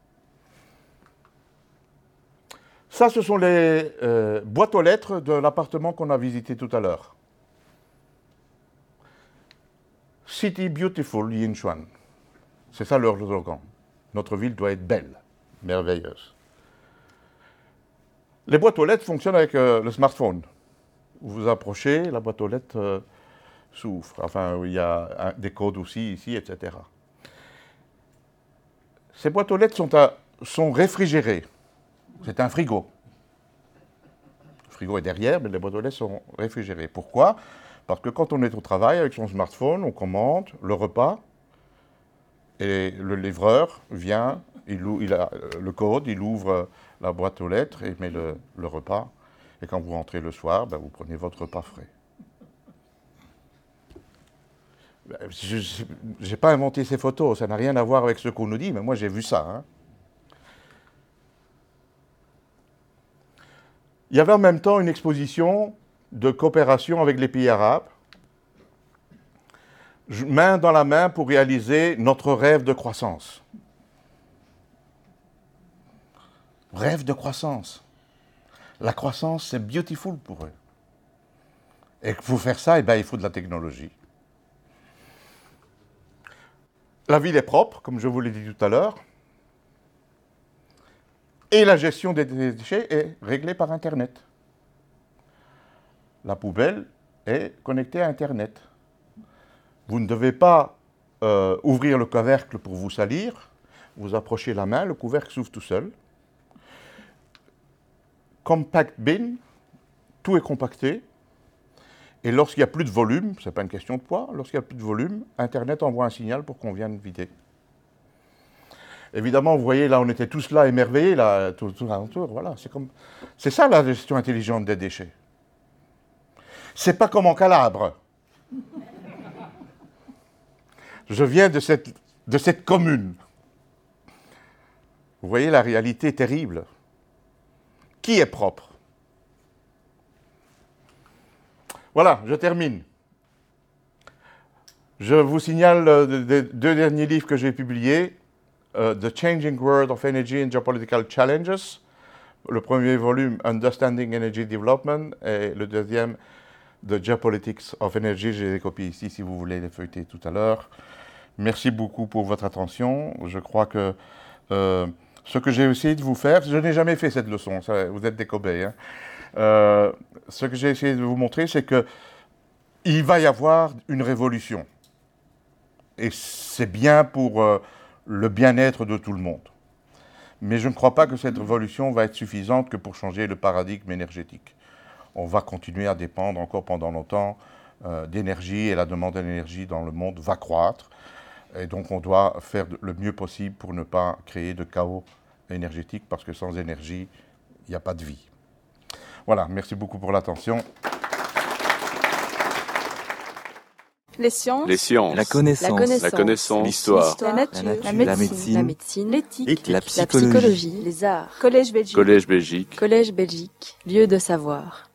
[SPEAKER 4] Ça, ce sont les boîtes aux lettres de l'appartement qu'on a visité tout à l'heure. City Beautiful Yinchuan. C'est ça leur slogan. Notre ville doit être belle, merveilleuse. Les boîtes aux lettres fonctionnent avec le smartphone. Vous approchez, la boîte aux lettres s'ouvre. Enfin, il y a des codes aussi ici, etc. Ces boîtes aux lettres sont réfrigérées. C'est un frigo. Le frigo est derrière, mais les boîtes aux lettres sont réfrigérées. Pourquoi ? Parce que quand on est au travail avec son smartphone, on commande le repas et le livreur vient, il a le code, il ouvre la boîte aux lettres et met le repas. Et quand vous rentrez le soir, vous prenez votre repas frais. Je n'ai pas inventé ces photos, ça n'a rien à voir avec ce qu'on nous dit, mais moi j'ai vu ça. Hein. Il y avait en même temps une exposition de coopération avec les pays arabes, main dans la main pour réaliser notre rêve de croissance. Rêve de croissance. La croissance, c'est beautiful pour eux. Et pour faire ça, il faut de la technologie. La ville est propre, comme je vous l'ai dit tout à l'heure. Et la gestion des déchets est réglée par Internet. La poubelle est connectée à Internet. Vous ne devez pas ouvrir le couvercle pour vous salir. Vous approchez la main, le couvercle s'ouvre tout seul. Compact bin, tout est compacté. Et lorsqu'il n'y a plus de volume, ce n'est pas une question de poids, lorsqu'il n'y a plus de volume, Internet envoie un signal pour qu'on vienne vider. Évidemment, vous voyez, là, on était tous là, émerveillés, là, tout alentour, voilà. C'est ça la gestion intelligente des déchets. C'est pas comme en Calabre. Je viens de cette commune. Vous voyez la réalité terrible. Qui est propre? Voilà, je termine. Je vous signale les 2 derniers livres que j'ai publiés. The Changing World of Energy and Geopolitical Challenges. Le premier volume, Understanding Energy Development, et le deuxième, The Geopolitics of Energy. J'ai des copies ici si vous voulez les feuilleter tout à l'heure. Merci beaucoup pour votre attention. Je crois que ce que j'ai essayé de vous faire, je n'ai jamais fait cette leçon, ça, vous êtes des cobayes. Hein. Ce que j'ai essayé de vous montrer, c'est qu'il va y avoir une révolution. Et c'est bien pour le bien-être de tout le monde. Mais je ne crois pas que cette révolution va être suffisante que pour changer le paradigme énergétique. On va continuer à dépendre encore pendant longtemps d'énergie et la demande d'énergie dans le monde va croître. Et donc on doit faire le mieux possible pour ne pas créer de chaos énergétique parce que sans énergie, il n'y a pas de vie. Voilà, merci beaucoup pour l'attention.
[SPEAKER 1] Les sciences,
[SPEAKER 3] la connaissance, l'histoire,
[SPEAKER 1] la nature, la médecine, l'éthique,
[SPEAKER 3] la
[SPEAKER 1] psychologie, les arts. Collège Belgique.
[SPEAKER 3] Collège Belgique.
[SPEAKER 1] Collège Belgique, lieu de savoir.